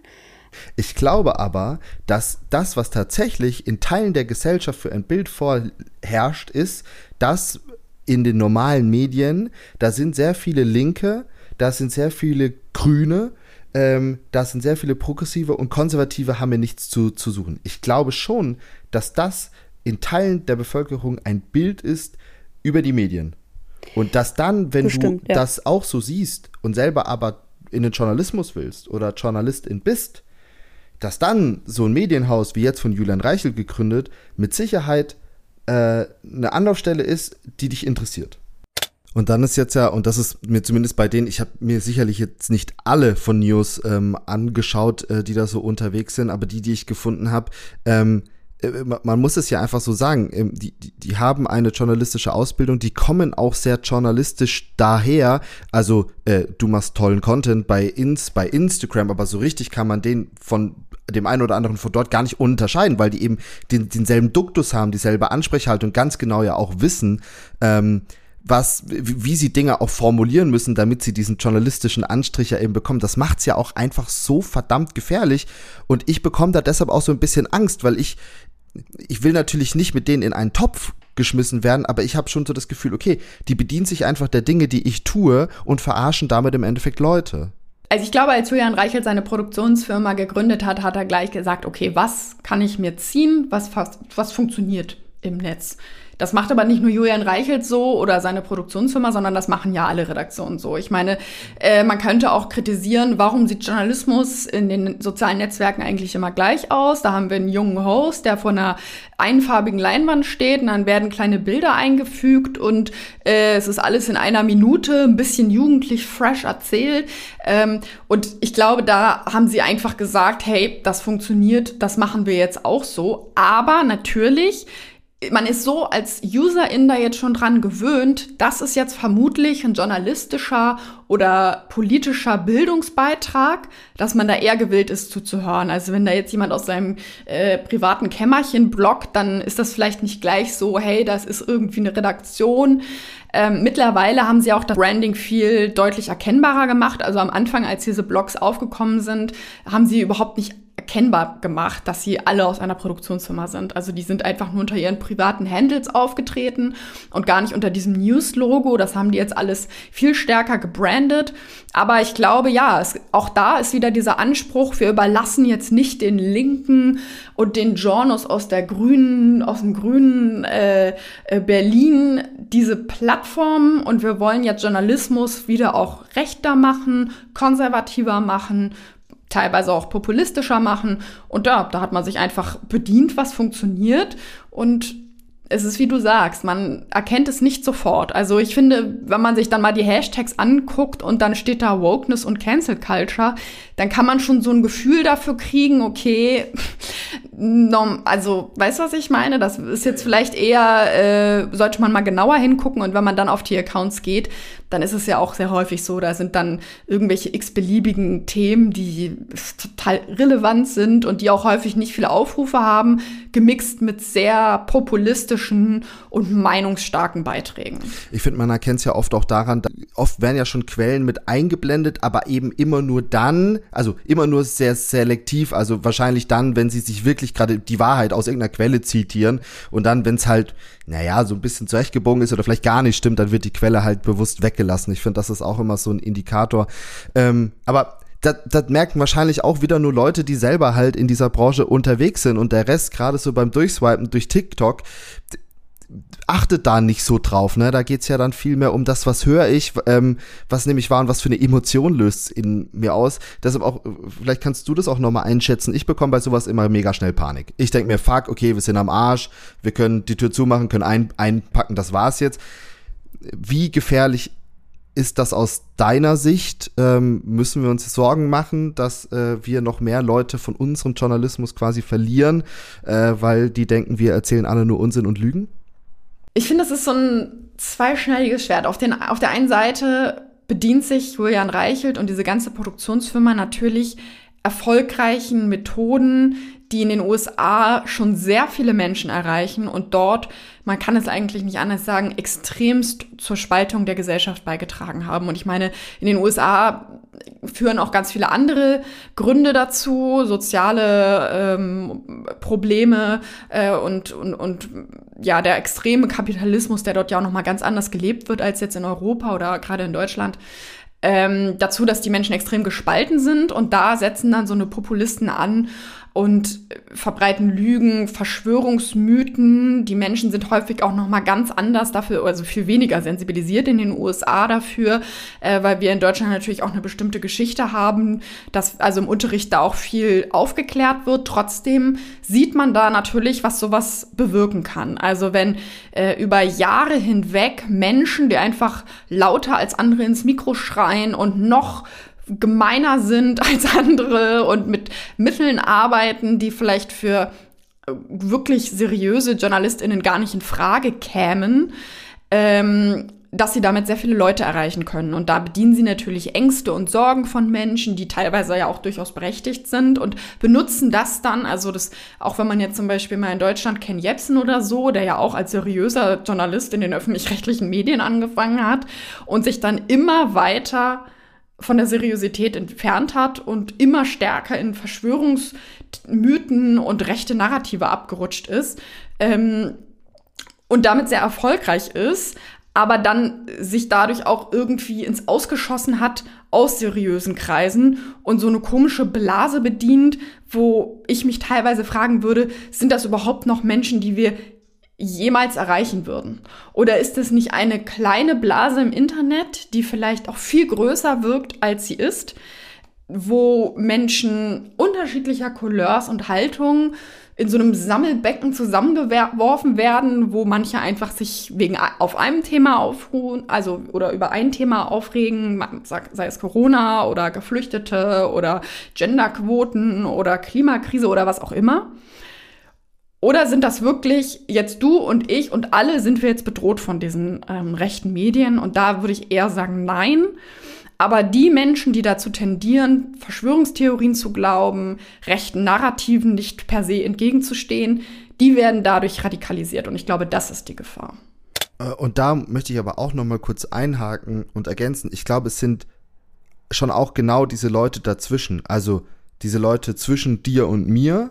Ich glaube aber, dass das, was tatsächlich in Teilen der Gesellschaft für ein Bild vorherrscht, ist, dass in den normalen Medien, da sind sehr viele Linke, da sind sehr viele Grüne, ähm, da sind sehr viele Progressive und Konservative haben hier nichts zu, zu suchen. Ich glaube schon, dass das in Teilen der Bevölkerung ein Bild ist über die Medien. Und dass dann, wenn Bestimmt, du ja. das auch so siehst und selber aber in den Journalismus willst oder Journalistin bist, dass dann so ein Medienhaus wie jetzt von Julian Reichelt gegründet mit Sicherheit äh, eine Anlaufstelle ist, die dich interessiert. Und dann ist jetzt ja, und das ist mir zumindest bei denen, ich habe mir sicherlich jetzt nicht alle von News ähm, angeschaut, äh, die da so unterwegs sind, aber die, die ich gefunden habe, ähm, man muss es ja einfach so sagen, die, die, die haben eine journalistische Ausbildung, die kommen auch sehr journalistisch daher, also äh, du machst tollen Content bei, Ins, bei Instagram, aber so richtig kann man den von dem einen oder anderen von dort gar nicht unterscheiden, weil die eben den, denselben Duktus haben, dieselbe Ansprechhaltung, ganz genau ja auch wissen, ähm, was, wie sie Dinge auch formulieren müssen, damit sie diesen journalistischen Anstrich ja eben bekommen. Das macht's ja auch einfach so verdammt gefährlich und ich bekomme da deshalb auch so ein bisschen Angst, weil ich ich will natürlich nicht mit denen in einen Topf geschmissen werden, aber ich habe schon so das Gefühl, okay, die bedienen sich einfach der Dinge, die ich tue und verarschen damit im Endeffekt Leute. Also ich glaube, als Julian Reichelt seine Produktionsfirma gegründet hat, hat er gleich gesagt, okay, was kann ich mir ziehen, was, was, was funktioniert im Netz? Das macht aber nicht nur Julian Reichelt so oder seine Produktionsfirma, sondern das machen ja alle Redaktionen so. Ich meine, äh, man könnte auch kritisieren, warum sieht Journalismus in den sozialen Netzwerken eigentlich immer gleich aus? Da haben wir einen jungen Host, der vor einer einfarbigen Leinwand steht und dann werden kleine Bilder eingefügt und äh, es ist alles in einer Minute, ein bisschen jugendlich fresh erzählt. Ähm, und ich glaube, da haben sie einfach gesagt, hey, das funktioniert, das machen wir jetzt auch so. Aber natürlich, man ist so als Userin da jetzt schon dran gewöhnt, das ist jetzt vermutlich ein journalistischer oder politischer Bildungsbeitrag, dass man da eher gewillt ist zuzuhören. Also wenn da jetzt jemand aus seinem äh, privaten Kämmerchen bloggt, dann ist das vielleicht nicht gleich so, hey, das ist irgendwie eine Redaktion. Ähm, mittlerweile haben sie auch das Branding viel deutlich erkennbarer gemacht. Also am Anfang, als diese Blogs aufgekommen sind, haben sie überhaupt nicht erkennbar gemacht, dass sie alle aus einer Produktionsfirma sind. Also die sind einfach nur unter ihren privaten Handles aufgetreten und gar nicht unter diesem News-Logo. Das haben die jetzt alles viel stärker gebrandet. Aber ich glaube, ja, es, auch da ist wieder dieser Anspruch, wir überlassen jetzt nicht den Linken und den Journos aus der grünen, aus dem grünen äh, Berlin diese Plattform und wir wollen jetzt Journalismus wieder auch rechter machen, konservativer machen, teilweise auch populistischer machen. Und da, da hat man sich einfach bedient, was funktioniert. Und es ist, wie du sagst, man erkennt es nicht sofort. Also ich finde, wenn man sich dann mal die Hashtags anguckt und dann steht da Wokeness und Cancel Culture, dann kann man schon so ein Gefühl dafür kriegen, okay, also, weißt du, was ich meine? Das ist jetzt vielleicht eher, äh, sollte man mal genauer hingucken und wenn man dann auf die Accounts geht, dann ist es ja auch sehr häufig so, da sind dann irgendwelche x-beliebigen Themen, die total relevant sind und die auch häufig nicht viele Aufrufe haben, gemixt mit sehr populistischen und meinungsstarken Beiträgen. Ich finde, man erkennt es ja oft auch daran, oft werden ja schon Quellen mit eingeblendet, aber eben immer nur dann, also immer nur sehr selektiv, also wahrscheinlich dann, wenn sie sich wirklich gerade die Wahrheit aus irgendeiner Quelle zitieren und dann, wenn es halt, naja, so ein bisschen zurechtgebogen ist oder vielleicht gar nicht stimmt, dann wird die Quelle halt bewusst weggelassen. Ich finde, das ist auch immer so ein Indikator. Ähm, aber das, das merken wahrscheinlich auch wieder nur Leute, die selber halt in dieser Branche unterwegs sind und der Rest, gerade so beim Durchswipen durch TikTok, achtet da nicht so drauf, ne? Da geht's ja dann viel mehr um das, was höre ich, ähm, was nehme ich wahr und was für eine Emotion löst in mir aus. Deshalb auch, vielleicht kannst du das auch nochmal einschätzen. Ich bekomme bei sowas immer mega schnell Panik. Ich denke mir, fuck, okay, wir sind am Arsch, wir können die Tür zumachen, können ein, einpacken, das war's jetzt. Wie gefährlich ist das aus deiner Sicht? Ähm, müssen wir uns Sorgen machen, dass äh, wir noch mehr Leute von unserem Journalismus quasi verlieren, äh, weil die denken, wir erzählen alle nur Unsinn und Lügen? Ich finde, das ist so ein zweischneidiges Schwert. Auf, den, auf der einen Seite bedient sich Julian Reichelt und diese ganze Produktionsfirma natürlich erfolgreichen Methoden, die in den U S A schon sehr viele Menschen erreichen und dort, man kann es eigentlich nicht anders sagen, extremst zur Spaltung der Gesellschaft beigetragen haben. Und ich meine, in den U S A führen auch ganz viele andere Gründe dazu, soziale ähm, Probleme äh, und, und, und ja, der extreme Kapitalismus, der dort ja auch nochmal ganz anders gelebt wird als jetzt in Europa oder gerade in Deutschland. Ähm, dazu, dass die Menschen extrem gespalten sind und da setzen dann so eine Populisten an und verbreiten Lügen, Verschwörungsmythen. Die Menschen sind häufig auch noch mal ganz anders dafür, also viel weniger sensibilisiert in den U S A dafür, äh, weil wir in Deutschland natürlich auch eine bestimmte Geschichte haben, dass also im Unterricht da auch viel aufgeklärt wird. Trotzdem sieht man da natürlich, was sowas bewirken kann. Also wenn äh, über Jahre hinweg Menschen, die einfach lauter als andere ins Mikro schreien und noch gemeiner sind als andere und mit Mitteln arbeiten, die vielleicht für wirklich seriöse JournalistInnen gar nicht in Frage kämen, ähm, dass sie damit sehr viele Leute erreichen können. Und da bedienen sie natürlich Ängste und Sorgen von Menschen, die teilweise ja auch durchaus berechtigt sind und benutzen das dann, also das, auch wenn man jetzt zum Beispiel mal in Deutschland Ken Jebsen oder so, der ja auch als seriöser Journalist in den öffentlich-rechtlichen Medien angefangen hat und sich dann immer weiter von der Seriosität entfernt hat und immer stärker in Verschwörungsmythen und rechte Narrative abgerutscht ist ähm, und damit sehr erfolgreich ist, aber dann sich dadurch auch irgendwie ins Ausgeschossen hat aus seriösen Kreisen und so eine komische Blase bedient, wo ich mich teilweise fragen würde, sind das überhaupt noch Menschen, die wir jemals erreichen würden? Oder ist es nicht eine kleine Blase im Internet, die vielleicht auch viel größer wirkt, als sie ist, wo Menschen unterschiedlicher Couleurs und Haltungen in so einem Sammelbecken zusammengeworfen werden, wo manche einfach sich wegen auf einem Thema aufruhen, also oder über ein Thema aufregen, sei es Corona oder Geflüchtete oder Genderquoten oder Klimakrise oder was auch immer? Oder sind das wirklich jetzt du und ich und alle sind wir jetzt bedroht von diesen ähm, rechten Medien? Und da würde ich eher sagen, nein. Aber die Menschen, die dazu tendieren, Verschwörungstheorien zu glauben, rechten Narrativen nicht per se entgegenzustehen, die werden dadurch radikalisiert. Und ich glaube, das ist die Gefahr. Und da möchte ich aber auch noch mal kurz einhaken und ergänzen. Ich glaube, es sind schon auch genau diese Leute dazwischen. Also diese Leute zwischen dir und mir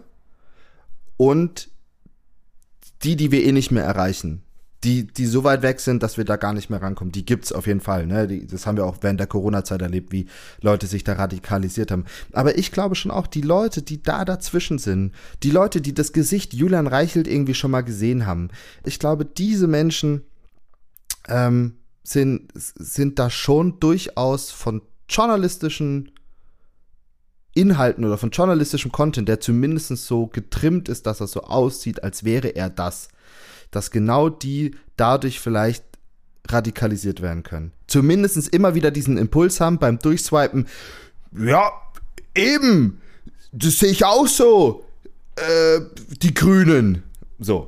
und die, die wir eh nicht mehr erreichen, die, die so weit weg sind, dass wir da gar nicht mehr rankommen, die gibt's auf jeden Fall, ne? Die, das haben wir auch während der Corona-Zeit erlebt, wie Leute sich da radikalisiert haben. Aber ich glaube schon auch, die Leute, die da dazwischen sind, die Leute, die das Gesicht Julian Reichelt irgendwie schon mal gesehen haben, ich glaube, diese Menschen ähm, sind, sind da schon durchaus von journalistischen Inhalten oder von journalistischem Content, der zumindest so getrimmt ist, dass er so aussieht, als wäre er das, dass genau die dadurch vielleicht radikalisiert werden können. Zumindest immer wieder diesen Impuls haben beim Durchswipen, ja, eben, das sehe ich auch so, äh, die Grünen, so.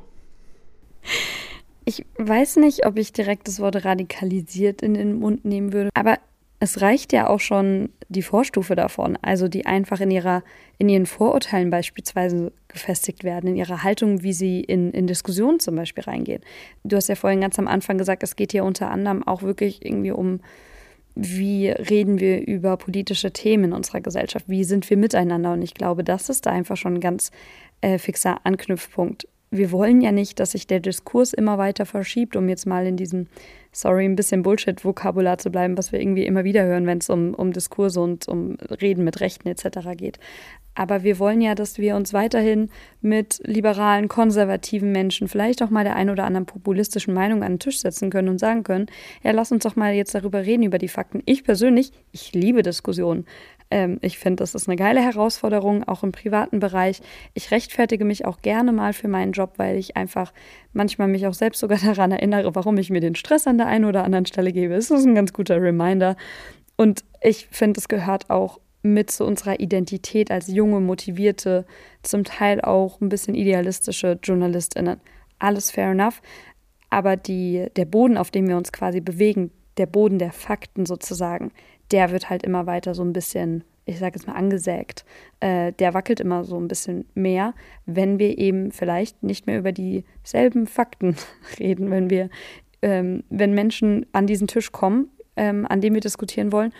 Ich weiß nicht, ob ich direkt das Wort radikalisiert in den Mund nehmen würde, aber es reicht ja auch schon die Vorstufe davon, also die einfach in ihrer, in ihren Vorurteilen beispielsweise gefestigt werden, in ihrer Haltung, wie sie in, in Diskussionen zum Beispiel reingehen. Du hast ja vorhin ganz am Anfang gesagt, es geht hier unter anderem auch wirklich irgendwie um, wie reden wir über politische Themen in unserer Gesellschaft, wie sind wir miteinander, und ich glaube, das ist da einfach schon ein ganz äh, fixer Anknüpfpunkt. Wir wollen ja nicht, dass sich der Diskurs immer weiter verschiebt, um jetzt mal in diesem, sorry, ein bisschen Bullshit-Vokabular zu bleiben, was wir irgendwie immer wieder hören, wenn es um, um Diskurse und um Reden mit Rechten et cetera geht. Aber wir wollen ja, dass wir uns weiterhin mit liberalen, konservativen Menschen, vielleicht auch mal der ein oder anderen populistischen Meinung an den Tisch setzen können und sagen können, ja, lass uns doch mal jetzt darüber reden, über die Fakten. Ich persönlich, ich liebe Diskussionen. Ähm, ich finde, das ist eine geile Herausforderung, auch im privaten Bereich. Ich rechtfertige mich auch gerne mal für meinen Job, weil ich einfach manchmal mich auch selbst sogar daran erinnere, warum ich mir den Stress an der einen oder anderen Stelle gebe. Es ist ein ganz guter Reminder. Und ich finde, es gehört auch mit zu unserer Identität als junge, motivierte, zum Teil auch ein bisschen idealistische JournalistInnen. Alles fair enough, aber die, der Boden, auf dem wir uns quasi bewegen, der Boden der Fakten sozusagen, der wird halt immer weiter so ein bisschen, ich sage jetzt mal, angesägt. Äh, der wackelt immer so ein bisschen mehr, wenn wir eben vielleicht nicht mehr über dieselben Fakten reden, wenn wir, ähm, wenn Menschen an diesen Tisch kommen, ähm, an dem wir diskutieren wollen,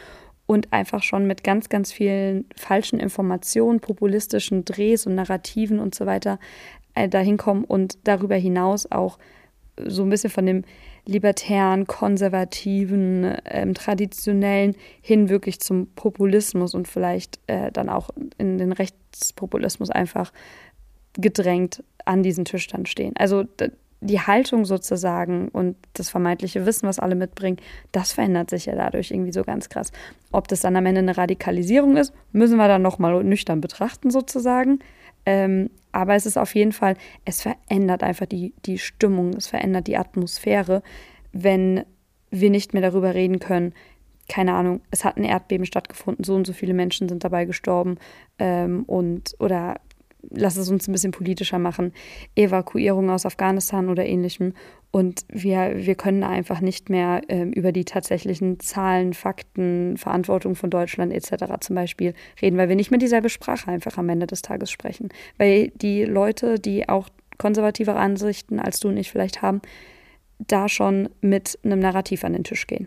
und einfach schon mit ganz, ganz vielen falschen Informationen, populistischen Drehs und Narrativen und so weiter äh, dahin kommen und darüber hinaus auch so ein bisschen von dem libertären, konservativen, ähm, traditionellen hin wirklich zum Populismus und vielleicht äh, dann auch in den Rechtspopulismus einfach gedrängt an diesen Tisch dann stehen. Also d- die Haltung sozusagen und das vermeintliche Wissen, was alle mitbringen, das verändert sich ja dadurch irgendwie so ganz krass. Ob das dann am Ende eine Radikalisierung ist, müssen wir dann nochmal nüchtern betrachten sozusagen. Ähm, aber es ist auf jeden Fall, es verändert einfach die, die Stimmung, es verändert die Atmosphäre, wenn wir nicht mehr darüber reden können, keine Ahnung, es hat ein Erdbeben stattgefunden, so und so viele Menschen sind dabei gestorben ähm, und oder lass es uns ein bisschen politischer machen, Evakuierung aus Afghanistan oder ähnlichem. Und wir, wir können einfach nicht mehr ähm, über die tatsächlichen Zahlen, Fakten, Verantwortung von Deutschland et cetera zum Beispiel reden, weil wir nicht mehr dieselbe Sprache einfach am Ende des Tages sprechen. Weil die Leute, die auch konservativere Ansichten als du und ich vielleicht haben, da schon mit einem Narrativ an den Tisch gehen.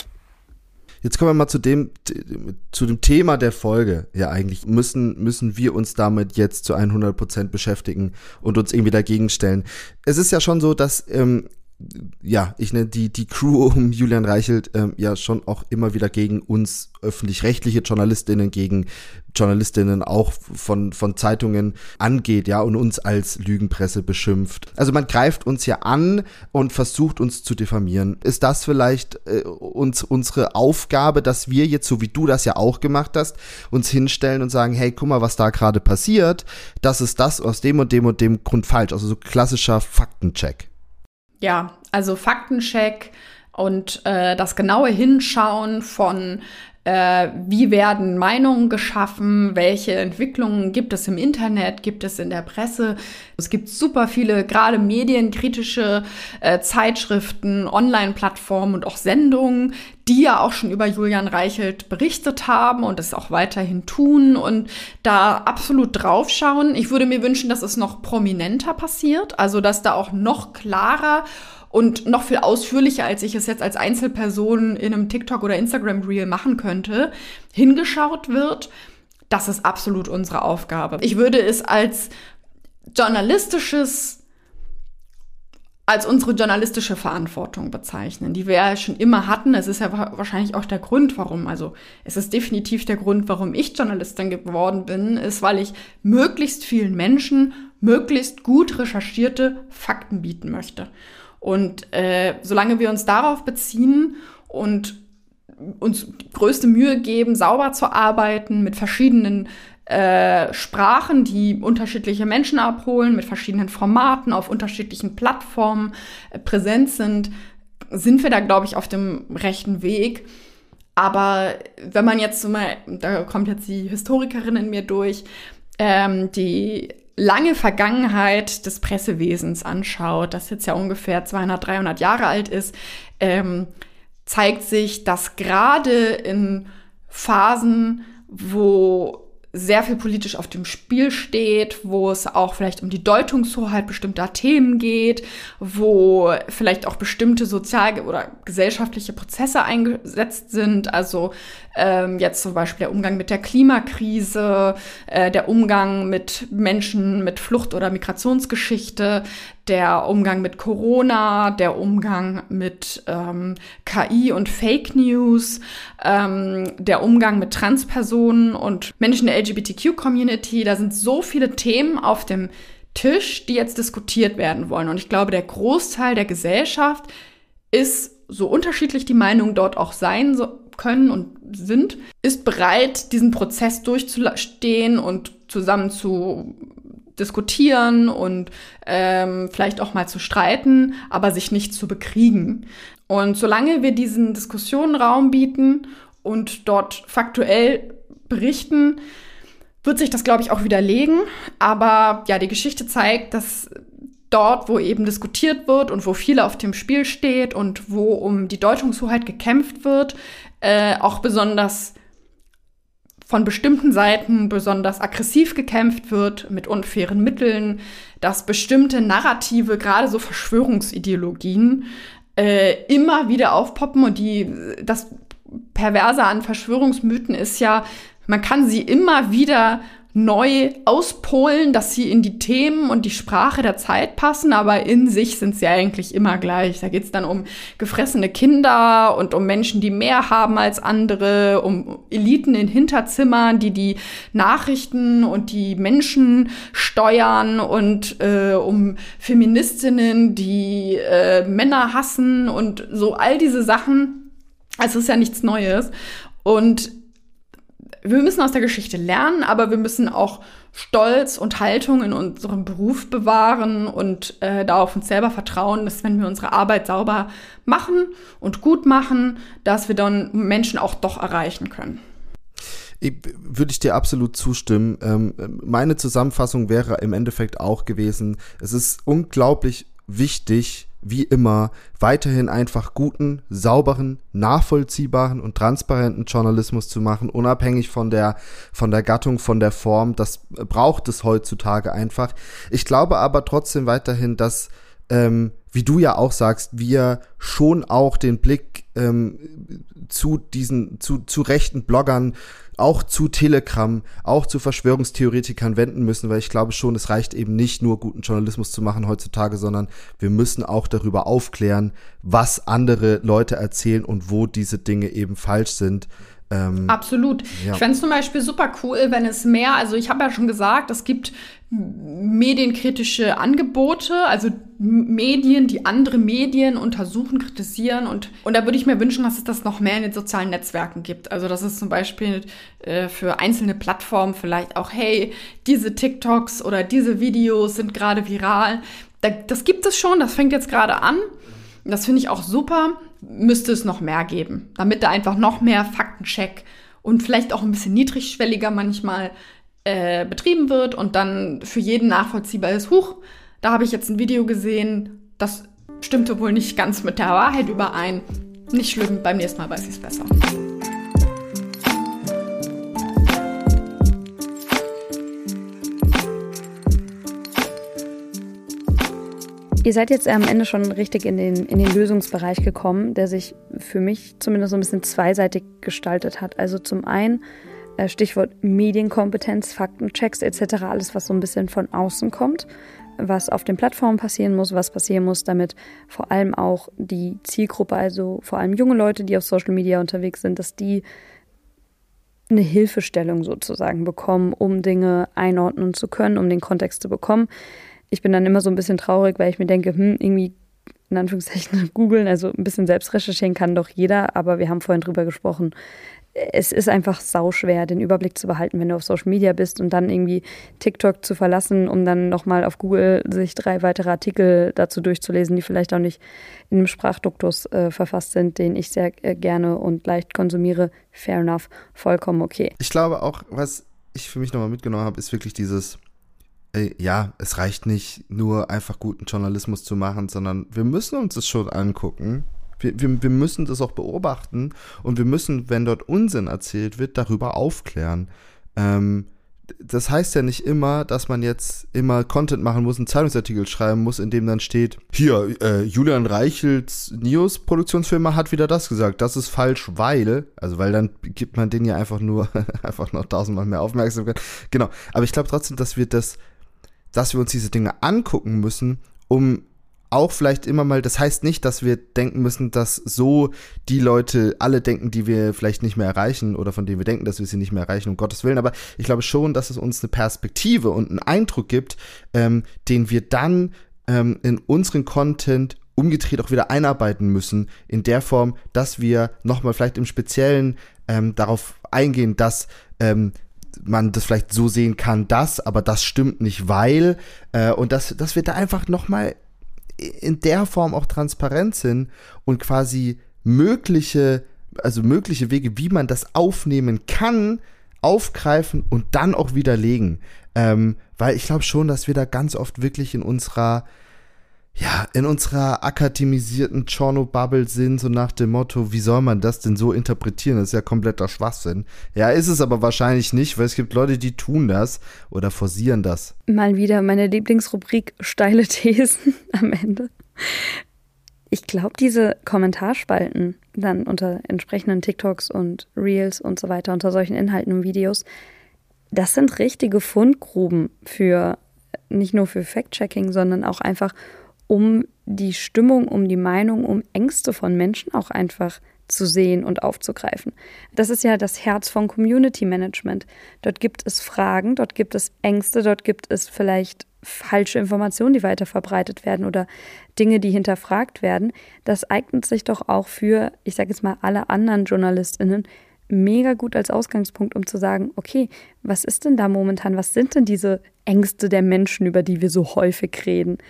Jetzt kommen wir mal zu dem, zu dem Thema der Folge. Ja, eigentlich müssen, müssen wir uns damit jetzt zu hundert Prozent beschäftigen und uns irgendwie dagegen stellen. Es ist ja schon so, dass, ähm, ja, ich nenne die, die Crew um Julian Reichelt ähm, ja schon auch immer wieder gegen uns öffentlich-rechtliche JournalistInnen, gegen JournalistInnen auch von, von Zeitungen angeht, ja, und uns als Lügenpresse beschimpft. Also man greift uns ja an und versucht uns zu diffamieren. Ist das vielleicht äh, uns unsere Aufgabe, dass wir jetzt, so wie du das ja auch gemacht hast, uns hinstellen und sagen, hey, guck mal, was da gerade passiert, das ist das aus dem und dem und dem Grund falsch. Also so klassischer Faktencheck. Ja, also Faktencheck und äh, das genaue Hinschauen von äh, wie werden Meinungen geschaffen, welche Entwicklungen gibt es im Internet, gibt es in der Presse. Es gibt super viele, gerade medienkritische äh, Zeitschriften, Online-Plattformen und auch Sendungen, die ja auch schon über Julian Reichelt berichtet haben und es auch weiterhin tun und da absolut draufschauen. Ich würde mir wünschen, dass es noch prominenter passiert, also dass da auch noch klarer und noch viel ausführlicher, als ich es jetzt als Einzelperson in einem TikTok- oder Instagram-Reel machen könnte, hingeschaut wird. Das ist absolut unsere Aufgabe. Ich würde es als journalistisches, als unsere journalistische Verantwortung bezeichnen, die wir ja schon immer hatten. Es ist ja wahrscheinlich auch der Grund, warum, also es ist definitiv der Grund, warum ich Journalistin geworden bin, ist, weil ich möglichst vielen Menschen möglichst gut recherchierte Fakten bieten möchte. Und äh, solange wir uns darauf beziehen und uns größte Mühe geben, sauber zu arbeiten, mit verschiedenen äh, Sprachen, die unterschiedliche Menschen abholen, mit verschiedenen Formaten, auf unterschiedlichen Plattformen äh, präsent sind, sind wir da, glaube ich, auf dem rechten Weg. Aber wenn man jetzt so mal, da kommt jetzt die Historikerin in mir durch, ähm, die lange Vergangenheit des Pressewesens anschaut, das jetzt ja ungefähr zweihundert, dreihundert Jahre alt ist, ähm, zeigt sich, dass gerade in Phasen, wo sehr viel politisch auf dem Spiel steht, wo es auch vielleicht um die Deutungshoheit bestimmter Themen geht, wo vielleicht auch bestimmte sozial- oder gesellschaftliche Prozesse eingesetzt sind, also ähm, jetzt zum Beispiel der Umgang mit der Klimakrise, äh, der Umgang mit Menschen mit Flucht- oder Migrationsgeschichte, der Umgang mit Corona, der Umgang mit ähm, K I und Fake News, ähm, der Umgang mit Transpersonen und Menschen der L G B T Q-Community. Da sind so viele Themen auf dem Tisch, die jetzt diskutiert werden wollen. Und ich glaube, der Großteil der Gesellschaft ist, so unterschiedlich die Meinungen dort auch sein so können und sind, ist bereit, diesen Prozess durchzustehen und zusammen zu diskutieren und ähm, vielleicht auch mal zu streiten, aber sich nicht zu bekriegen. Und solange wir diesen Diskussionen Raum bieten und dort faktuell berichten, wird sich das, glaube ich, auch widerlegen. Aber ja, die Geschichte zeigt, dass dort, wo eben diskutiert wird und wo viel auf dem Spiel steht und wo um die Deutungshoheit gekämpft wird, äh, auch besonders von bestimmten Seiten besonders aggressiv gekämpft wird, mit unfairen Mitteln, dass bestimmte Narrative, gerade so Verschwörungsideologien, äh, immer wieder aufpoppen und die das Perverse an Verschwörungsmythen ist ja, man kann sie immer wieder neu auspolen, dass sie in die Themen und die Sprache der Zeit passen, aber in sich sind sie eigentlich immer gleich. Da geht es dann um gefressene Kinder und um Menschen, die mehr haben als andere, um Eliten in Hinterzimmern, die die Nachrichten und die Menschen steuern und äh, um Feministinnen, die äh, Männer hassen und so all diese Sachen. Also es ist ja nichts Neues. Und wir müssen aus der Geschichte lernen, aber wir müssen auch Stolz und Haltung in unserem Beruf bewahren und äh, da auf uns selber vertrauen, dass wenn wir unsere Arbeit sauber machen und gut machen, dass wir dann Menschen auch doch erreichen können. Ich, würde ich dir absolut zustimmen. Ähm, meine Zusammenfassung wäre im Endeffekt auch gewesen, es ist unglaublich wichtig, wie immer, weiterhin einfach guten, sauberen, nachvollziehbaren und transparenten Journalismus zu machen, unabhängig von der, von der Gattung, von der Form. Das braucht es heutzutage einfach. Ich glaube aber trotzdem weiterhin, dass, ähm, wie du ja auch sagst, wir schon auch den Blick ähm, zu diesen, zu, zu rechten Bloggern, auch zu Telegram, auch zu Verschwörungstheoretikern wenden müssen, weil ich glaube schon, es reicht eben nicht nur guten Journalismus zu machen heutzutage, sondern wir müssen auch darüber aufklären, was andere Leute erzählen und wo diese Dinge eben falsch sind. Ähm, Absolut. Ja. Ich fände es zum Beispiel super cool, wenn es mehr, also ich habe ja schon gesagt, es gibt medienkritische Angebote, also Medien, die andere Medien untersuchen, kritisieren und, und da würde ich mir wünschen, dass es das noch mehr in den sozialen Netzwerken gibt. Also dass es zum Beispiel äh, für einzelne Plattformen vielleicht auch, hey, diese TikToks oder diese Videos sind gerade viral. Da, das gibt es schon, das fängt jetzt gerade an. Das finde ich auch super. Müsste es noch mehr geben, damit da einfach noch mehr Faktencheck und vielleicht auch ein bisschen niedrigschwelliger manchmal äh, betrieben wird und dann für jeden nachvollziehbar ist, huch, da habe ich jetzt ein Video gesehen, das stimmte wohl nicht ganz mit der Wahrheit überein. Nicht schlimm, beim nächsten Mal weiß ich es besser. Ihr seid jetzt am Ende schon richtig in den, in den Lösungsbereich gekommen, der sich für mich zumindest so ein bisschen zweiseitig gestaltet hat. Also zum einen äh, Stichwort Medienkompetenz, Faktenchecks et cetera, alles, was so ein bisschen von außen kommt, was auf den Plattformen passieren muss, was passieren muss, damit vor allem auch die Zielgruppe, also vor allem junge Leute, die auf Social Media unterwegs sind, dass die eine Hilfestellung sozusagen bekommen, um Dinge einordnen zu können, um den Kontext zu bekommen. Ich bin dann immer so ein bisschen traurig, weil ich mir denke, hm, irgendwie in Anführungszeichen googeln, also ein bisschen selbst recherchieren kann doch jeder, aber wir haben vorhin drüber gesprochen, es ist einfach sauschwer, den Überblick zu behalten, wenn du auf Social Media bist und dann irgendwie TikTok zu verlassen, um dann nochmal auf Google sich drei weitere Artikel dazu durchzulesen, die vielleicht auch nicht in einem Sprachduktus äh, verfasst sind, den ich sehr äh, gerne und leicht konsumiere. Fair enough, vollkommen okay. Ich glaube auch, was ich für mich nochmal mitgenommen habe, ist wirklich dieses ja, es reicht nicht nur einfach guten Journalismus zu machen, sondern wir müssen uns das schon angucken. Wir, wir, wir müssen das auch beobachten und wir müssen, wenn dort Unsinn erzählt wird, darüber aufklären. Ähm, das heißt ja nicht immer, dass man jetzt immer Content machen muss, einen Zeitungsartikel schreiben muss, in dem dann steht, hier, äh, Julian Reichels News-Produktionsfirma hat wieder das gesagt, das ist falsch, weil, also weil dann gibt man denen ja einfach nur, einfach noch tausendmal mehr Aufmerksamkeit. Genau, aber ich glaube trotzdem, dass wir das dass wir uns diese Dinge angucken müssen, um auch vielleicht immer mal, das heißt nicht, dass wir denken müssen, dass so die Leute alle denken, die wir vielleicht nicht mehr erreichen oder von denen wir denken, dass wir sie nicht mehr erreichen, um Gottes Willen, aber ich glaube schon, dass es uns eine Perspektive und einen Eindruck gibt, ähm, den wir dann ähm, in unseren Content umgedreht auch wieder einarbeiten müssen, in der Form, dass wir nochmal vielleicht im Speziellen ähm, darauf eingehen, dass ähm, man das vielleicht so sehen kann, dass, aber das stimmt nicht, weil, äh, und dass, dass wir da einfach nochmal in der Form auch transparent sind und quasi mögliche, also mögliche Wege, wie man das aufnehmen kann, aufgreifen und dann auch widerlegen. Ähm, weil ich glaube schon, dass wir da ganz oft wirklich in unserer ja, in unserer akademisierten Journo-Bubble sind, so nach dem Motto, wie soll man das denn so interpretieren? Das ist ja kompletter Schwachsinn. Ja, ist es aber wahrscheinlich nicht, weil es gibt Leute, die tun das oder forcieren das. Mal wieder meine Lieblingsrubrik steile Thesen am Ende. Ich glaube, diese Kommentarspalten dann unter entsprechenden TikToks und Reels und so weiter, unter solchen Inhalten und Videos, das sind richtige Fundgruben für, nicht nur für Fact-Checking, sondern auch einfach, um die Stimmung, um die Meinung, um Ängste von Menschen auch einfach zu sehen und aufzugreifen. Das ist ja das Herz von Community Management. Dort gibt es Fragen, dort gibt es Ängste, dort gibt es vielleicht falsche Informationen, die weiter verbreitet werden oder Dinge, die hinterfragt werden. Das eignet sich doch auch für, ich sage jetzt mal, alle anderen JournalistInnen mega gut als Ausgangspunkt, um zu sagen, okay, was ist denn da momentan, was sind denn diese Ängste der Menschen, über die wir so häufig reden?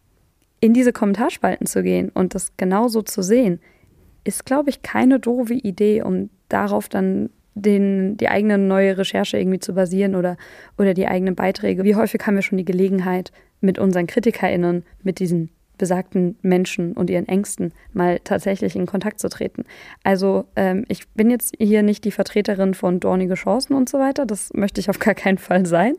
In diese Kommentarspalten zu gehen und das genauso zu sehen, ist, glaube ich, keine doofe Idee, um darauf dann den, die eigene neue Recherche irgendwie zu basieren oder, oder die eigenen Beiträge. Wie häufig haben wir schon die Gelegenheit, mit unseren KritikerInnen, mit diesen besagten Menschen und ihren Ängsten mal tatsächlich in Kontakt zu treten. Also ähm, ich bin jetzt hier nicht die Vertreterin von dornige Chancen und so weiter, das möchte ich auf gar keinen Fall sein.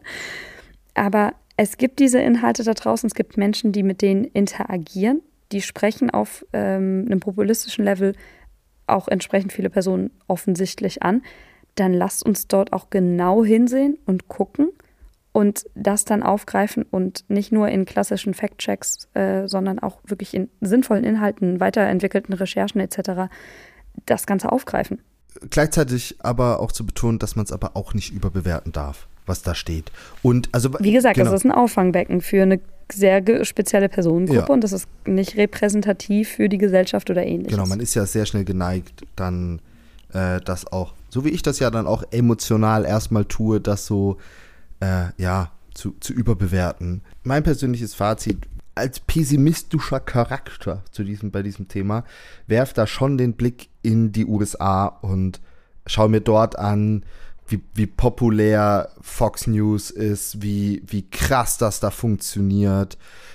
Aber es gibt diese Inhalte da draußen, es gibt Menschen, die mit denen interagieren, die sprechen auf ähm, einem populistischen Level auch entsprechend viele Personen offensichtlich an. Dann lasst uns dort auch genau hinsehen und gucken und das dann aufgreifen und nicht nur in klassischen Fact-Checks, äh, sondern auch wirklich in sinnvollen Inhalten, weiterentwickelten Recherchen et cetera das Ganze aufgreifen. Gleichzeitig aber auch zu betonen, dass man es aber auch nicht überbewerten darf, was da steht. Und also wie gesagt, genau. Das ist ein Auffangbecken für eine sehr ge- spezielle Personengruppe ja. Und das ist nicht repräsentativ für die Gesellschaft oder ähnliches. Genau, man ist ja sehr schnell geneigt, dann äh, das auch, so wie ich das ja dann auch emotional erstmal tue, das so äh, ja, zu, zu überbewerten. Mein persönliches Fazit, als pessimistischer Charakter zu diesem, bei diesem Thema, werf da schon den Blick in die U S A und schau mir dort an, wie, wie populär Fox News ist, wie, wie krass das da funktioniert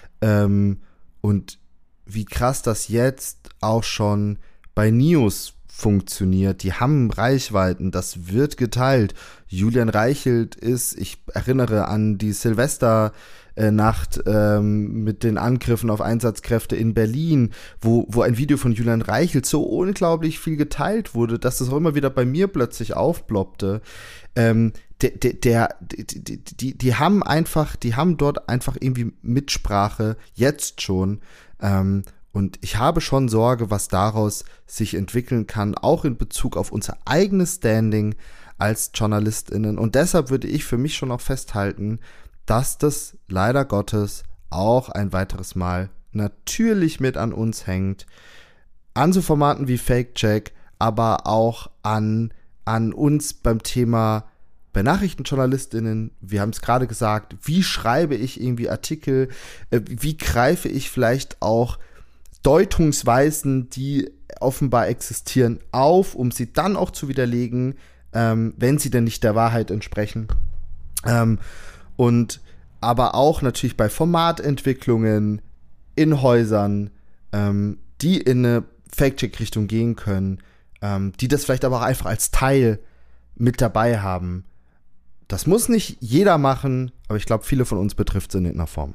ähm, und wie krass das jetzt auch schon bei News funktioniert. Die haben Reichweiten, das wird geteilt. Julian Reichelt ist, ich erinnere an die Silvesternacht ähm, mit den Angriffen auf Einsatzkräfte in Berlin, wo, wo ein Video von Julian Reichelt so unglaublich viel geteilt wurde, dass das auch immer wieder bei mir plötzlich aufploppte. Ähm, der, der, der, die, die, die haben einfach, die haben dort einfach irgendwie Mitsprache, jetzt schon. Ähm, Und ich habe schon Sorge, was daraus sich entwickeln kann, auch in Bezug auf unser eigenes Standing als JournalistInnen. Und deshalb würde ich für mich schon auch festhalten, dass das leider Gottes auch ein weiteres Mal natürlich mit an uns hängt. An so Formaten wie Fake-Check, aber auch an, an uns beim Thema bei NachrichtenjournalistInnen, wir haben es gerade gesagt, wie schreibe ich irgendwie Artikel, äh, wie greife ich vielleicht auch Deutungsweisen, die offenbar existieren, auf, um sie dann auch zu widerlegen, ähm, wenn sie denn nicht der Wahrheit entsprechen. Ähm, und aber auch natürlich bei Formatentwicklungen in Häusern, ähm, die in eine Fact-Check-Richtung gehen können, ähm, die das vielleicht aber auch einfach als Teil mit dabei haben. Das muss nicht jeder machen, aber ich glaube, viele von uns betrifft es in irgendeiner Form.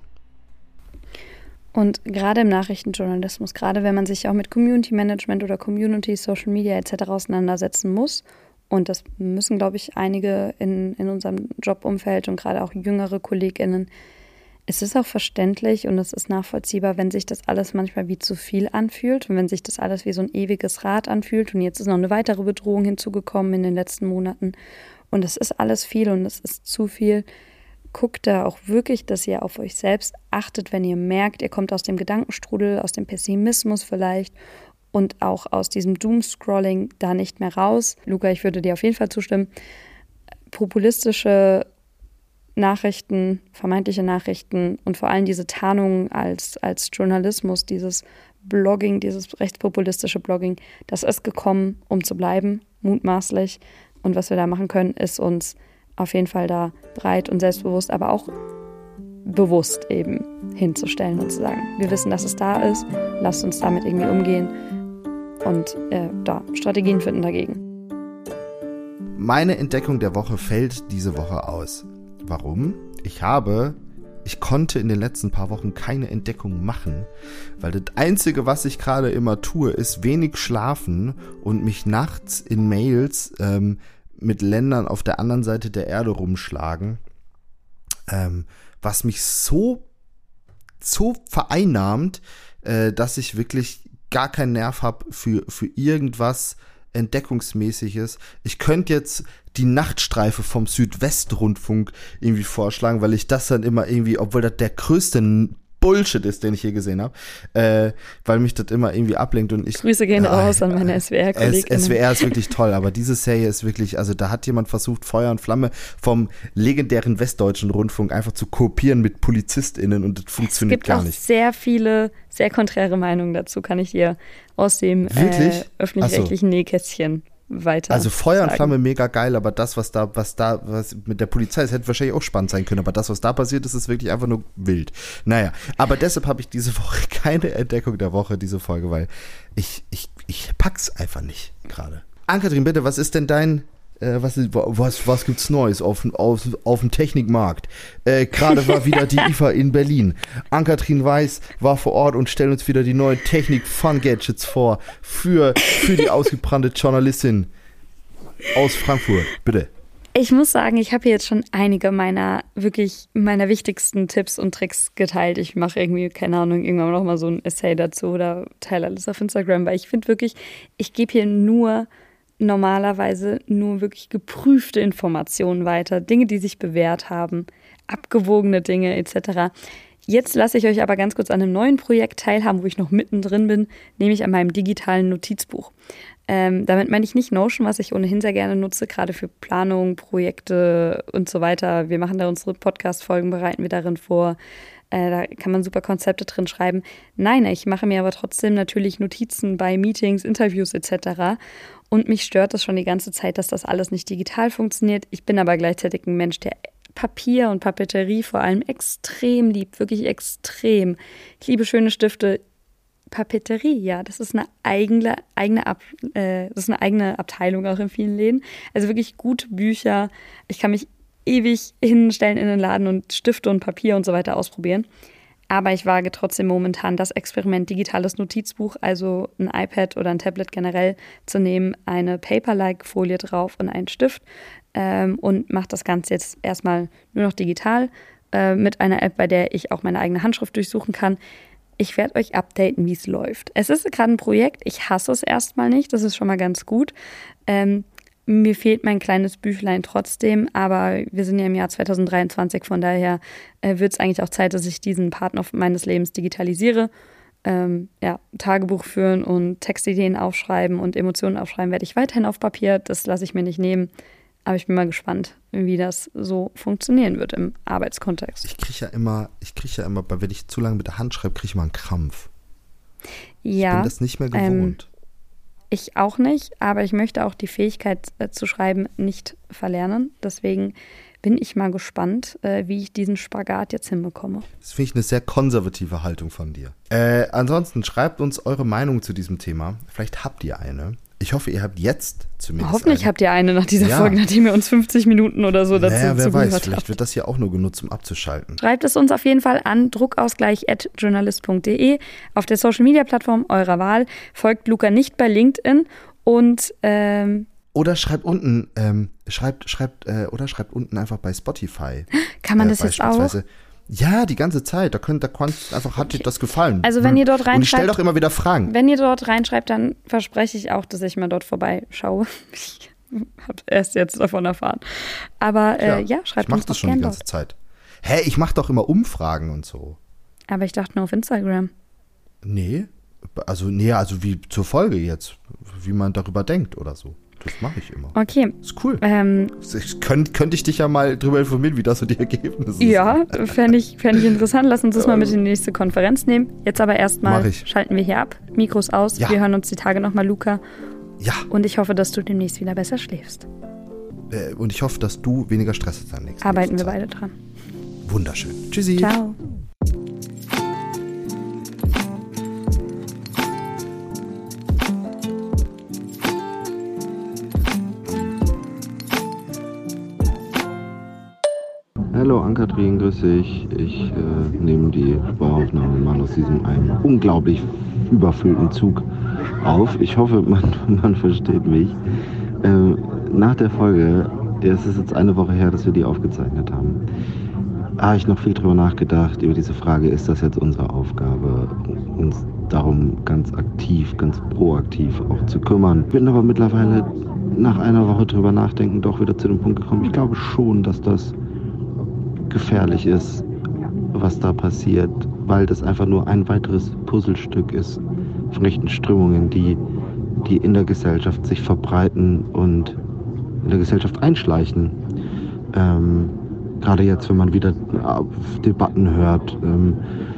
Und gerade im Nachrichtenjournalismus, gerade wenn man sich auch mit Community Management oder Community, Social Media et cetera auseinandersetzen muss, und das müssen, glaube ich, einige in, in unserem Jobumfeld und gerade auch jüngere KollegInnen, es ist auch verständlich und es ist nachvollziehbar, wenn sich das alles manchmal wie zu viel anfühlt und wenn sich das alles wie so ein ewiges Rad anfühlt und jetzt ist noch eine weitere Bedrohung hinzugekommen in den letzten Monaten und es ist alles viel und es ist zu viel. Guckt da auch wirklich, dass ihr auf euch selbst achtet, wenn ihr merkt, ihr kommt aus dem Gedankenstrudel, aus dem Pessimismus vielleicht und auch aus diesem Doomscrolling da nicht mehr raus. Luca, ich würde dir auf jeden Fall zustimmen. Populistische Nachrichten, vermeintliche Nachrichten und vor allem diese Tarnung als, als Journalismus, dieses Blogging, dieses rechtspopulistische Blogging, das ist gekommen, um zu bleiben, mutmaßlich. Und was wir da machen können, ist uns auf jeden Fall da breit und selbstbewusst, aber auch bewusst eben hinzustellen und zu sagen, wir wissen, dass es da ist, lasst uns damit irgendwie umgehen und äh, da Strategien finden dagegen. Meine Entdeckung der Woche fällt diese Woche aus. Warum? Ich habe, ich konnte in den letzten paar Wochen keine Entdeckung machen, weil das Einzige, was ich gerade immer tue, ist wenig schlafen und mich nachts in Mails ähm, mit Ländern auf der anderen Seite der Erde rumschlagen, ähm, was mich so, so vereinnahmt, äh, dass ich wirklich gar keinen Nerv habe für, für irgendwas Entdeckungsmäßiges. Ich könnte jetzt die Nachtstreife vom Südwestrundfunk irgendwie vorschlagen, weil ich das dann immer irgendwie, obwohl das der größte Bullshit ist, den ich je gesehen habe, äh, weil mich das immer irgendwie ablenkt und ich... Grüße gehen äh, raus an meine S W R-Kolleginnen. S W R ist wirklich toll, aber diese Serie ist wirklich, also da hat jemand versucht, Feuer und Flamme vom legendären Westdeutschen Rundfunk einfach zu kopieren mit PolizistInnen und das funktioniert gar nicht. Es gibt auch sehr viele, sehr konträre Meinungen dazu, kann ich dir aus dem äh, öffentlich-rechtlichen Nähkästchen weiter. Also Feuer und sagen. Flamme mega geil, aber das, was da, was da, was mit der Polizei ist, hätte wahrscheinlich auch spannend sein können, aber das, was da passiert ist, ist wirklich einfach nur wild. Naja, aber deshalb habe ich diese Woche keine Entdeckung der Woche, diese Folge, weil ich, ich, ich pack's einfach nicht gerade. Ann-Kathrin, bitte, was ist denn dein, äh, was, ist, was, was gibt's Neues auf, auf, auf dem Technikmarkt? Äh, gerade war wieder die I F A in Berlin. Ann-Kathrin Weiß war vor Ort und stellt uns wieder die neuen Technik-Fun-Gadgets vor für, für die ausgebrannte Journalistin aus Frankfurt. Bitte. Ich muss sagen, ich habe hier jetzt schon einige meiner wirklich meiner wichtigsten Tipps und Tricks geteilt. Ich mache irgendwie, keine Ahnung, irgendwann noch mal so ein Essay dazu oder teile alles auf Instagram, weil ich finde wirklich, ich gebe hier nur normalerweise nur wirklich geprüfte Informationen weiter, Dinge, die sich bewährt haben, abgewogene Dinge et cetera. Jetzt lasse ich euch aber ganz kurz an einem neuen Projekt teilhaben, wo ich noch mittendrin bin, nämlich an meinem digitalen Notizbuch. Ähm, damit meine ich nicht Notion, was ich ohnehin sehr gerne nutze, gerade für Planung, Projekte und so weiter. Wir machen da unsere Podcast-Folgen, bereiten wir darin vor. Äh, da kann man super Konzepte drin schreiben. Nein, ich mache mir aber trotzdem natürlich Notizen bei Meetings, Interviews et cetera. Und mich stört das schon die ganze Zeit, dass das alles nicht digital funktioniert. Ich bin aber gleichzeitig ein Mensch, der Papier und Papeterie vor allem extrem liebt, wirklich extrem. Ich liebe schöne Stifte. Papeterie, ja, das ist eine eigene, eigene, Ab, äh, das ist eine eigene Abteilung auch in vielen Läden. Also wirklich gute Bücher. Ich kann mich ewig hinstellen in den Laden und Stifte und Papier und so weiter ausprobieren. Aber ich wage trotzdem momentan das Experiment digitales Notizbuch, also ein iPad oder ein Tablet generell zu nehmen, eine Paper-like-Folie drauf und einen Stift ähm, und mache das Ganze jetzt erstmal nur noch digital äh, mit einer App, bei der ich auch meine eigene Handschrift durchsuchen kann. Ich werde euch updaten, wie es läuft. Es ist gerade ein Projekt, ich hasse es erstmal nicht, das ist schon mal ganz gut. Ähm, mir fehlt mein kleines Büchlein trotzdem, aber wir sind ja im Jahr zwanzig dreiundzwanzig, von daher äh, wird es eigentlich auch Zeit, dass ich diesen Part noch meines Lebens digitalisiere. Ähm, ja, Tagebuch führen und Textideen aufschreiben und Emotionen aufschreiben werde ich weiterhin auf Papier, das lasse ich mir nicht nehmen. Aber ich bin mal gespannt, wie das so funktionieren wird im Arbeitskontext. Ich kriege ja immer, ich kriege ja immer, wenn ich zu lange mit der Hand schreibe, kriege ich mal einen Krampf. Ja, ich bin das nicht mehr gewohnt. Ähm, ich auch nicht, aber ich möchte auch die Fähigkeit äh, zu schreiben nicht verlernen. Deswegen bin ich mal gespannt, äh, wie ich diesen Spagat jetzt hinbekomme. Das finde ich eine sehr konservative Haltung von dir. Äh, ansonsten schreibt uns eure Meinung zu diesem Thema. Vielleicht habt ihr eine. Ich hoffe, ihr habt jetzt zumindest Hoffentlich eine. habt ihr eine nach dieser ja. Folge, nachdem ihr uns fünfzig Minuten oder so dazu naja, wer zugehört weiß, habt. vielleicht wird das ja auch nur genutzt, um abzuschalten. Schreibt es uns auf jeden Fall an druckausgleich at journalist punkt de auf der Social-Media-Plattform eurer Wahl. Folgt Luca nicht bei LinkedIn und ähm, oder schreibt unten, ähm, schreibt, schreibt, äh, oder schreibt unten einfach bei Spotify. Kann man äh, das jetzt auch? Ja, die ganze Zeit. Da könnt, da könnt, einfach hat Okay. dir das gefallen. Also wenn ihr dort reinschreibt, und ich stelle doch immer wieder Fragen. Wenn ihr dort reinschreibt, dann verspreche ich auch, dass ich mal dort vorbeischaue. Ich habe erst jetzt davon erfahren. Aber äh, ja, schreibt ich mach uns das doch schon die gern ganze dort. Zeit. Hä, ich mache doch immer Umfragen und so. Aber ich dachte nur auf Instagram. Nee, also nee, also wie zur Folge jetzt, wie man darüber denkt oder so. Das mache ich immer. Okay. Ist cool. Ähm, Könnte könnt ich dich ja mal drüber informieren, wie das so die Ergebnisse sind. Ja, fände ich, fänd ich interessant. Lass uns das mal mit in die nächste Konferenz nehmen. Jetzt aber erstmal schalten wir hier ab. Mikros aus. Ja. Wir hören uns die Tage nochmal, Luca. Ja. Und ich hoffe, dass du demnächst wieder besser schläfst. Äh, und ich hoffe, dass du weniger Stress hast am nächsten Tag. Arbeiten wir beide dran. Wunderschön. Tschüssi. Ciao. Hallo Ann-Kathrin, grüß dich. Ich äh, nehme die Sprachaufnahme mal aus diesem einen unglaublich überfüllten Zug auf. Ich hoffe, man, man versteht mich. Äh, nach der Folge, es ist jetzt eine Woche her, dass wir die aufgezeichnet haben, habe ich noch viel drüber nachgedacht, über diese Frage, ist das jetzt unsere Aufgabe, uns darum ganz aktiv, ganz proaktiv auch zu kümmern. Bin aber mittlerweile nach einer Woche drüber nachdenken doch wieder zu dem Punkt gekommen, ich glaube schon, dass das gefährlich ist, was da passiert, weil das einfach nur ein weiteres Puzzlestück ist von rechten Strömungen, die, die in der Gesellschaft sich verbreiten und in der Gesellschaft einschleichen. Ähm, gerade jetzt, wenn man wieder Debatten hört ähm,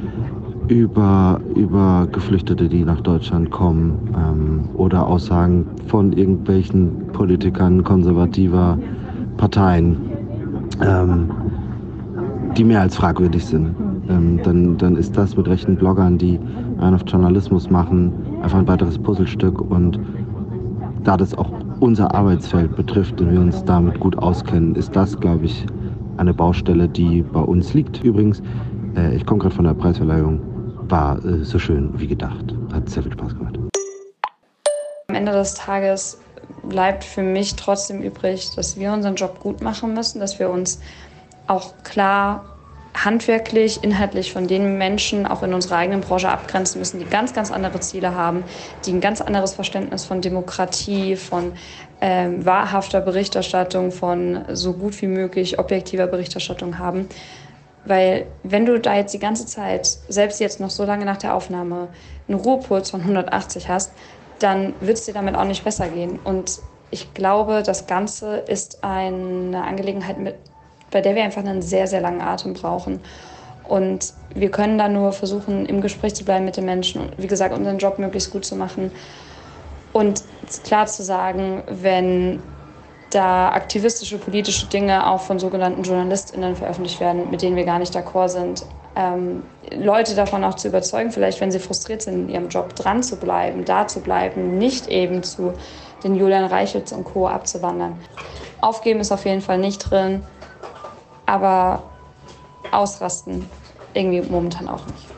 über, über Geflüchtete, die nach Deutschland kommen ähm, oder Aussagen von irgendwelchen Politikern konservativer Parteien, ähm, die mehr als fragwürdig sind. Ähm, dann, dann ist das mit rechten Bloggern, die einen auf Journalismus machen, einfach ein weiteres Puzzlestück. Und da das auch unser Arbeitsfeld betrifft und wir uns damit gut auskennen, ist das, glaube ich, eine Baustelle, die bei uns liegt. Übrigens, äh, ich komme gerade von der Preisverleihung, war äh, so schön wie gedacht. Hat sehr viel Spaß gemacht. Am Ende des Tages bleibt für mich trotzdem übrig, dass wir unseren Job gut machen müssen, dass wir uns auch klar handwerklich, inhaltlich von den Menschen auch in unserer eigenen Branche abgrenzen müssen, die ganz, ganz andere Ziele haben, die ein ganz anderes Verständnis von Demokratie, von ähm, wahrhafter Berichterstattung, von so gut wie möglich objektiver Berichterstattung haben. Weil wenn du da jetzt die ganze Zeit, selbst jetzt noch so lange nach der Aufnahme, einen Ruhepuls von hundertachtzig hast, dann wird es dir damit auch nicht besser gehen. Und ich glaube, das Ganze ist eine Angelegenheit, mit, bei der wir einfach einen sehr, sehr langen Atem brauchen. Und wir können da nur versuchen, im Gespräch zu bleiben mit den Menschen und, wie gesagt, unseren Job möglichst gut zu machen. Und klar zu sagen, wenn da aktivistische, politische Dinge auch von sogenannten JournalistInnen veröffentlicht werden, mit denen wir gar nicht d'accord sind, ähm, Leute davon auch zu überzeugen, vielleicht wenn sie frustriert sind, in ihrem Job dran zu bleiben, da zu bleiben, nicht eben zu den Julian Reichels und Co. abzuwandern. Aufgeben ist auf jeden Fall nicht drin, aber ausrasten irgendwie momentan auch nicht.